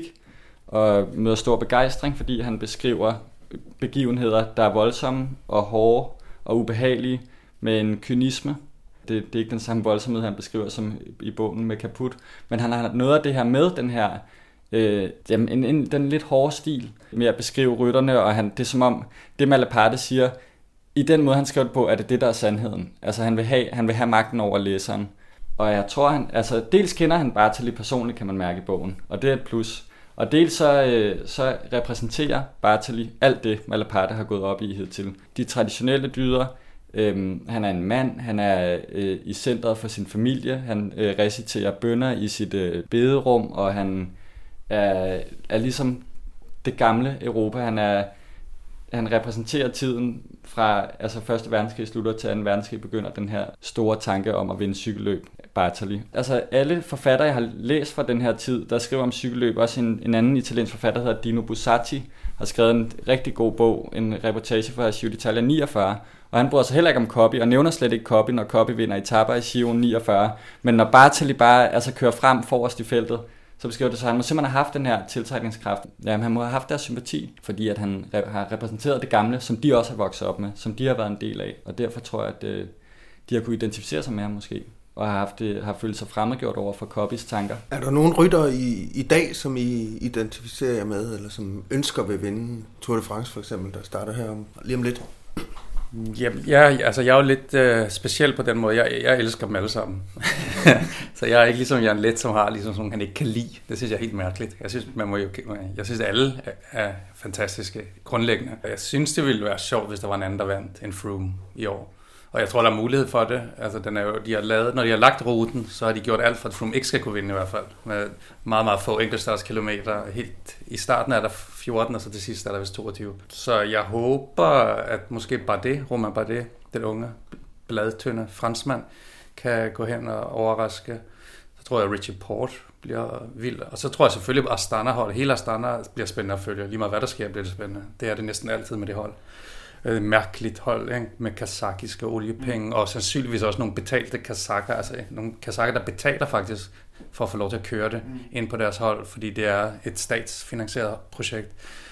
[SPEAKER 3] og møder stor begejstring, fordi han beskriver begivenheder, der er voldsomme og hårde og ubehagelige med en kynisme. Det, det er ikke den samme voldsomhed, han beskriver som i bogen med Kaput, men han har noget af det her med, den her øh, en, en, den lidt hårde stil med at beskrive rytterne, og han, det er som om, det Malaparte siger, i den måde, han skriver det på, er det det, der er sandheden. Altså, han vil have, han vil have magten over læseren. Og jeg tror, han, altså, dels kender han Bartali personligt, kan man mærke i bogen, og det er et plus. Og dels så, øh, så repræsenterer Bartali alt det, Malaparte har gået op i hidtil. De traditionelle dyder, øh, han er en mand, han er øh, i centret for sin familie, han øh, reciterer bønner i sit øh, bederum, og han er, er ligesom det gamle Europa. Han, er, han repræsenterer tiden fra altså første verdenskrig slutter til anden verdenskrig begynder den her store tanke om at vinde cykelløb. Bartali. Altså alle forfattere, jeg har læst fra den her tid, der skriver om cykelløb, også en, en anden italiensk forfatter, der hedder Dino Buzzati, har skrevet en rigtig god bog, en reportage fra Giro d'Italia niogfyrre, og han bryder sig heller ikke om Coppi, og nævner slet ikke Coppi, når Coppi vinder etaper i Giro niogfyrre, men når Bartali bare altså, kører frem forrest i feltet, så beskriver det så, at han må simpelthen have haft den her tiltrækningskraft. Jamen, han må have haft deres sympati, fordi at han re- har repræsenteret det gamle, som de også har vokset op med, som de har været en del af, og derfor tror jeg, at øh, de har kunne identificere sig med ham måske, og har, haft det, har følt sig fremmedgjort over for Coppis tanker.
[SPEAKER 2] Er der nogen rytter i, i dag, som I identificerer jer med, eller som ønsker vil vinde Tour de France for eksempel, der starter her om, lige om lidt?
[SPEAKER 5] Jamen, jeg, altså, jeg er jo lidt øh, speciel på den måde. Jeg, jeg elsker dem alle sammen. Så jeg er ikke ligesom Jan Let, som har ligesom sådan, han ikke kan lide. Det synes jeg er helt mærkeligt. Jeg synes, man må jo, jeg synes, at alle er, er fantastiske grundlæggende. Jeg synes, det ville være sjovt, hvis der var en anden, der vandt en Froome i år. Og jeg tror, der er mulighed for det. Altså, den er jo, de har lavet, når de har lagt ruten, så har de gjort alt for, at Froome ikke skal kunne vinde i hvert fald. Med meget, meget få enkeltstartskilometer. Helt i starten er der fjorten, og så til sidst er der vist toogtyve. Så jeg håber, at måske Bardet, Romain Bardet, den unge, bladtynde franskmand, kan gå hen og overraske. Så tror jeg, at Richie Porte bliver vild. Og så tror jeg selvfølgelig, at Astana-hold, hele Astana bliver spændende at følge. Lige meget hvad der sker, bliver det spændende. Det er det næsten altid med det hold. Et mærkeligt hold, ikke? Med kazakiske oliepenge, mm. og sandsynligvis også nogle betalte kazakker, altså nogle kazakker, der betaler faktisk for at få lov til at køre det mm. ind på deres hold, fordi det er et statsfinansieret projekt.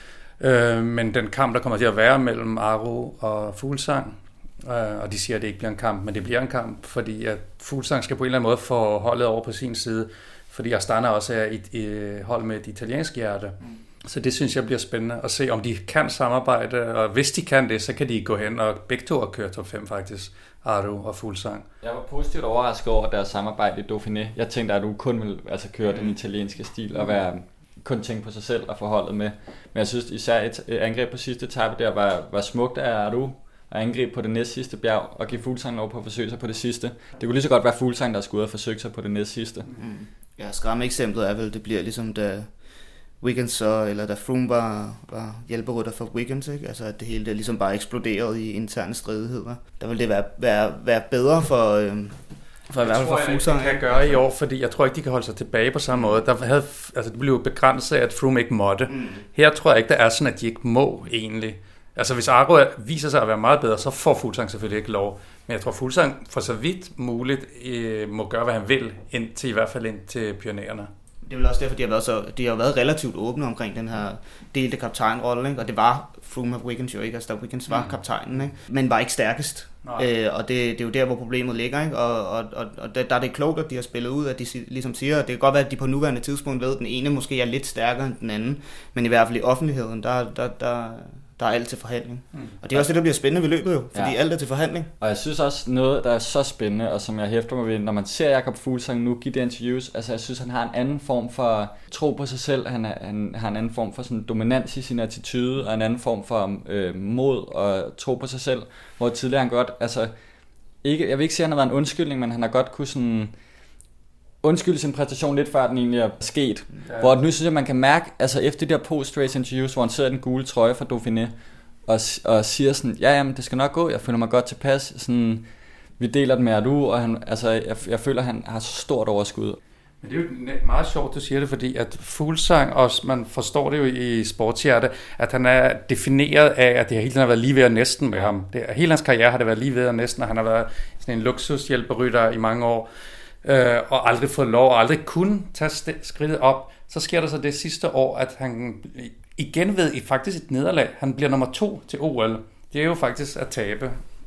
[SPEAKER 5] Øh, men den kamp, der kommer til at være mellem Aru og Fuglsang, øh, og de siger, at det ikke bliver en kamp, men det bliver en kamp, fordi at Fuglsang skal på en eller anden måde få holdet over på sin side, fordi Astana også er et, et hold med et italiensk hjerte. Mm. Så det synes jeg bliver spændende at se, om de kan samarbejde, og hvis de kan det, så kan de gå hen og begge to og køre top fem faktisk, Aru og Fuglsang.
[SPEAKER 3] Jeg var positivt overrasket over deres samarbejde i Dauphiné. Jeg tænkte, at du kun ville altså, køre den italienske stil og være, kun tænke på sig selv og forholdet med. Men jeg synes især et angreb på sidste etape der var, var smukt af Aru, og angreb på det næst sidste bjerg og give Fuglsang lov på at forsøge sig på det sidste. Det kunne lige så godt være Fuglsang, der skulle ud og forsøge sig på det næst sidste.
[SPEAKER 4] Mm. Ja, skræmme eksemplet er vel, det bliver ligesom da Wiggins så, eller da Froome var, var hjælperytter for Wiggins, ikke? Altså at det hele det ligesom bare eksploderede i interne stridigheder. Der ville det være, være, være bedre for, øhm, for i hvert fald for Fuglsang.
[SPEAKER 5] Det kan gøre i år, fordi jeg tror ikke, de kan holde sig tilbage på samme måde. Der havde, altså det blev begrænset af, at Froome ikke måtte. Mm. Her tror jeg ikke, der er sådan, at de ikke må egentlig. Altså hvis Aru viser sig at være meget bedre, så får Fuglsang selvfølgelig ikke lov. Men jeg tror, Fuglsang for så vidt muligt øh, må gøre, hvad han vil, indtil, i hvert fald ind til Pyrenæerne.
[SPEAKER 4] Det er vel også derfor, de har været, så, de har været relativt åbne omkring den her delte kaptajnrolle, ikke? Og det var Froome og Wiggins jo ikke, altså da Wiggins var mm. kaptajnen, ikke? Men var ikke stærkest. Øh, og det, det er jo der, hvor problemet ligger, ikke? Og, og, og, og der er det klogt, at de har spillet ud, at de ligesom siger, at det kan godt være, at de på nuværende tidspunkt ved, at den ene måske er lidt stærkere end den anden, men i hvert fald i offentligheden, der, der, der, der er alt til forhandling. Mm. Og det er også det, der bliver spændende ved løbet jo, fordi ja. alt er til forhandling.
[SPEAKER 3] Og jeg synes også noget, der er så spændende, og som jeg hæfter mig ved, når man ser Jakob Fuglsang nu give det interviews, altså jeg synes, han har en anden form for tro på sig selv, han, er, han har en anden form for sådan dominans i sin attitude, og en anden form for øh, mod og tro på sig selv, hvor tidligere han godt, altså ikke, jeg vil ikke sige, at han har været en undskyldning, men han har godt kunne sådan undskylde sin præstation lidt før den egentlig er sket. Ja. Hvor nu synes jeg, man kan mærke, altså efter de der post-race interviews, hvor han sidder i den gule trøje fra Dauphiné, og, og siger sådan, ja, jamen, det skal nok gå, jeg føler mig godt tilpas, sådan, vi deler det med Aru, og han, altså, jeg, jeg føler, han har så stort overskud.
[SPEAKER 5] Men det er jo meget sjovt, du siger det, fordi at Fuglsang også, man forstår det jo i sportshjerte, at han er defineret af, at det hele tiden har været lige ved at næsten med ham. Det, hele hans karriere har det været lige ved at næsten, og han har været sådan en luksushjælperytter i mange år, øh, og aldrig fået lov, og aldrig kun tage skridtet op. Så sker der så det sidste år, at han igen ved i faktisk et nederlag, han bliver nummer to til O L. Det er jo faktisk at tabe.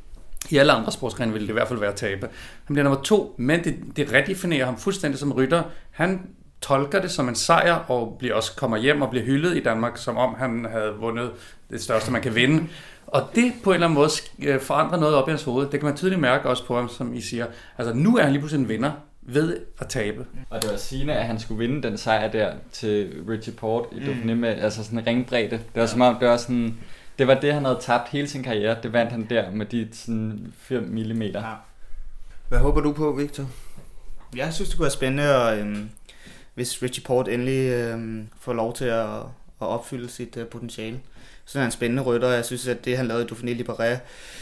[SPEAKER 5] I alle andre sportsgrene ville det i hvert fald være at tabe. Han bliver nummer to, men det, det redefinerer ham fuldstændig som rytter. Han tolker det som en sejr, og bliver også kommer hjem og bliver hyldet i Danmark, som om han havde vundet det største, man kan vinde. Og det på en eller anden måde forandrer noget op i hans hoved. Det kan man tydeligt mærke også på ham, som I siger. Altså nu er han lige pludselig en vinder ved at tabe.
[SPEAKER 3] Og det var sigende, at han skulle vinde den sejr der til Richie Porte i Dauphiné med altså sådan en ringbredde. Det var ja. som om, det var sådan... Det var det, han havde tabt hele sin karriere. Det vandt han der med de sådan fem millimeter. Ja.
[SPEAKER 2] Hvad håber du på, Victor?
[SPEAKER 4] Jeg synes, det kunne være spændende, og, øhm, hvis Richie Porte endelig øhm, får lov til at, at opfylde sit øh, potentiale. Så er han en spændende rytter, og jeg synes, at det, han lavede i Dauphiné Libéré,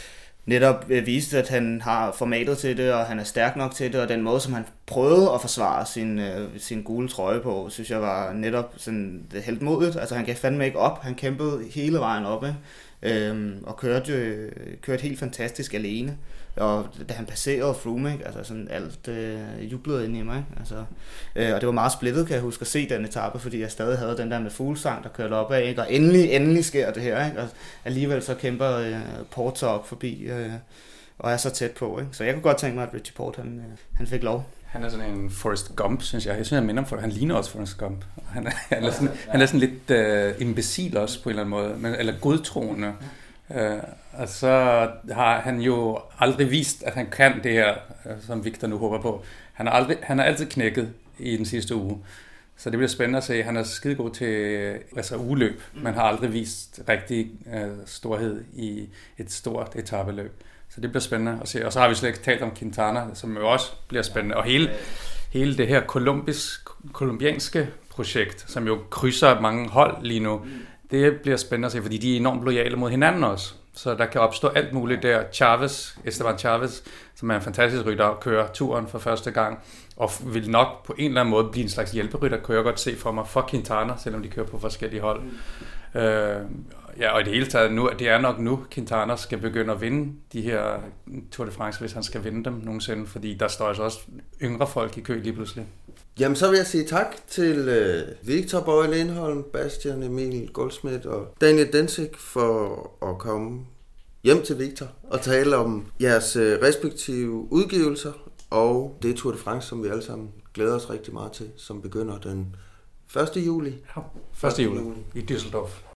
[SPEAKER 4] netop viste, at han har formatet til det, og han er stærk nok til det, og den måde, som han prøvede at forsvare sin, øh, sin gule trøje på, synes jeg var netop sådan helt modigt. Altså han gav fandme ikke op, han kæmpede hele vejen oppe, øh, og kørte, øh, kørte helt fantastisk alene. Og da han passerede Froome, ikke? Altså sådan alt øh, jublede ind i mig, ikke? Altså, øh, og det var meget splittet, kan jeg huske, at se den etape, fordi jeg stadig havde den der med Fuglsang, der kørte op af, ikke? Og endelig, endelig sker det her, ikke? Og alligevel så kæmper øh, Porte så op forbi, øh, og er så tæt på, ikke? Så jeg kunne godt tænke mig, at Richie Porte, han, øh, han fik lov.
[SPEAKER 5] Han er sådan en Forrest Gump, synes jeg. Jeg synes, jeg minder om for, han ligner også Forrest Gump. Han er, han er, sådan, han er sådan lidt øh, imbecil også på en eller anden måde, men, eller godtroende. Uh, og så har han jo aldrig vist, at han kan det her, som Victor nu håber på. Han har, aldrig, han har altid knækket i den sidste uge. Så det bliver spændende at se. Han er skidegod til altså ugeløb, men har aldrig vist rigtig uh, storhed i et stort etapeløb. Så det bliver spændende at se. Og så har vi slet ikke talt om Quintana, som jo også bliver spændende. Og hele, hele det her kolumbisk, kolumbianske projekt, som jo krydser mange hold lige nu, det bliver spændende at se, fordi de er enormt loyale mod hinanden også. Så der kan opstå alt muligt der. Chavez, Esteban Chavez, som er en fantastisk rytter, kører turen for første gang, og vil nok på en eller anden måde blive en slags hjælperytter, kunne jeg godt se for mig, for Quintana, selvom de kører på forskellige hold. Mm. Øh, ja, og i det hele taget, nu, det er nok nu, Quintana skal begynde at vinde de her Tour de France, hvis han skal vinde dem nogensinde, fordi der står altså også yngre folk i kø lige pludselig.
[SPEAKER 2] Jamen, så vil jeg sige tak til øh, Victor Bøjle Lindholm, Bastian Emil Goldsmith og Daniel Densig for at komme hjem til Victor og tale om jeres øh, respektive udgivelser og det Tour de France, som vi alle sammen glæder os rigtig meget til, som begynder den første juli.
[SPEAKER 5] Ja, første juli i Düsseldorf.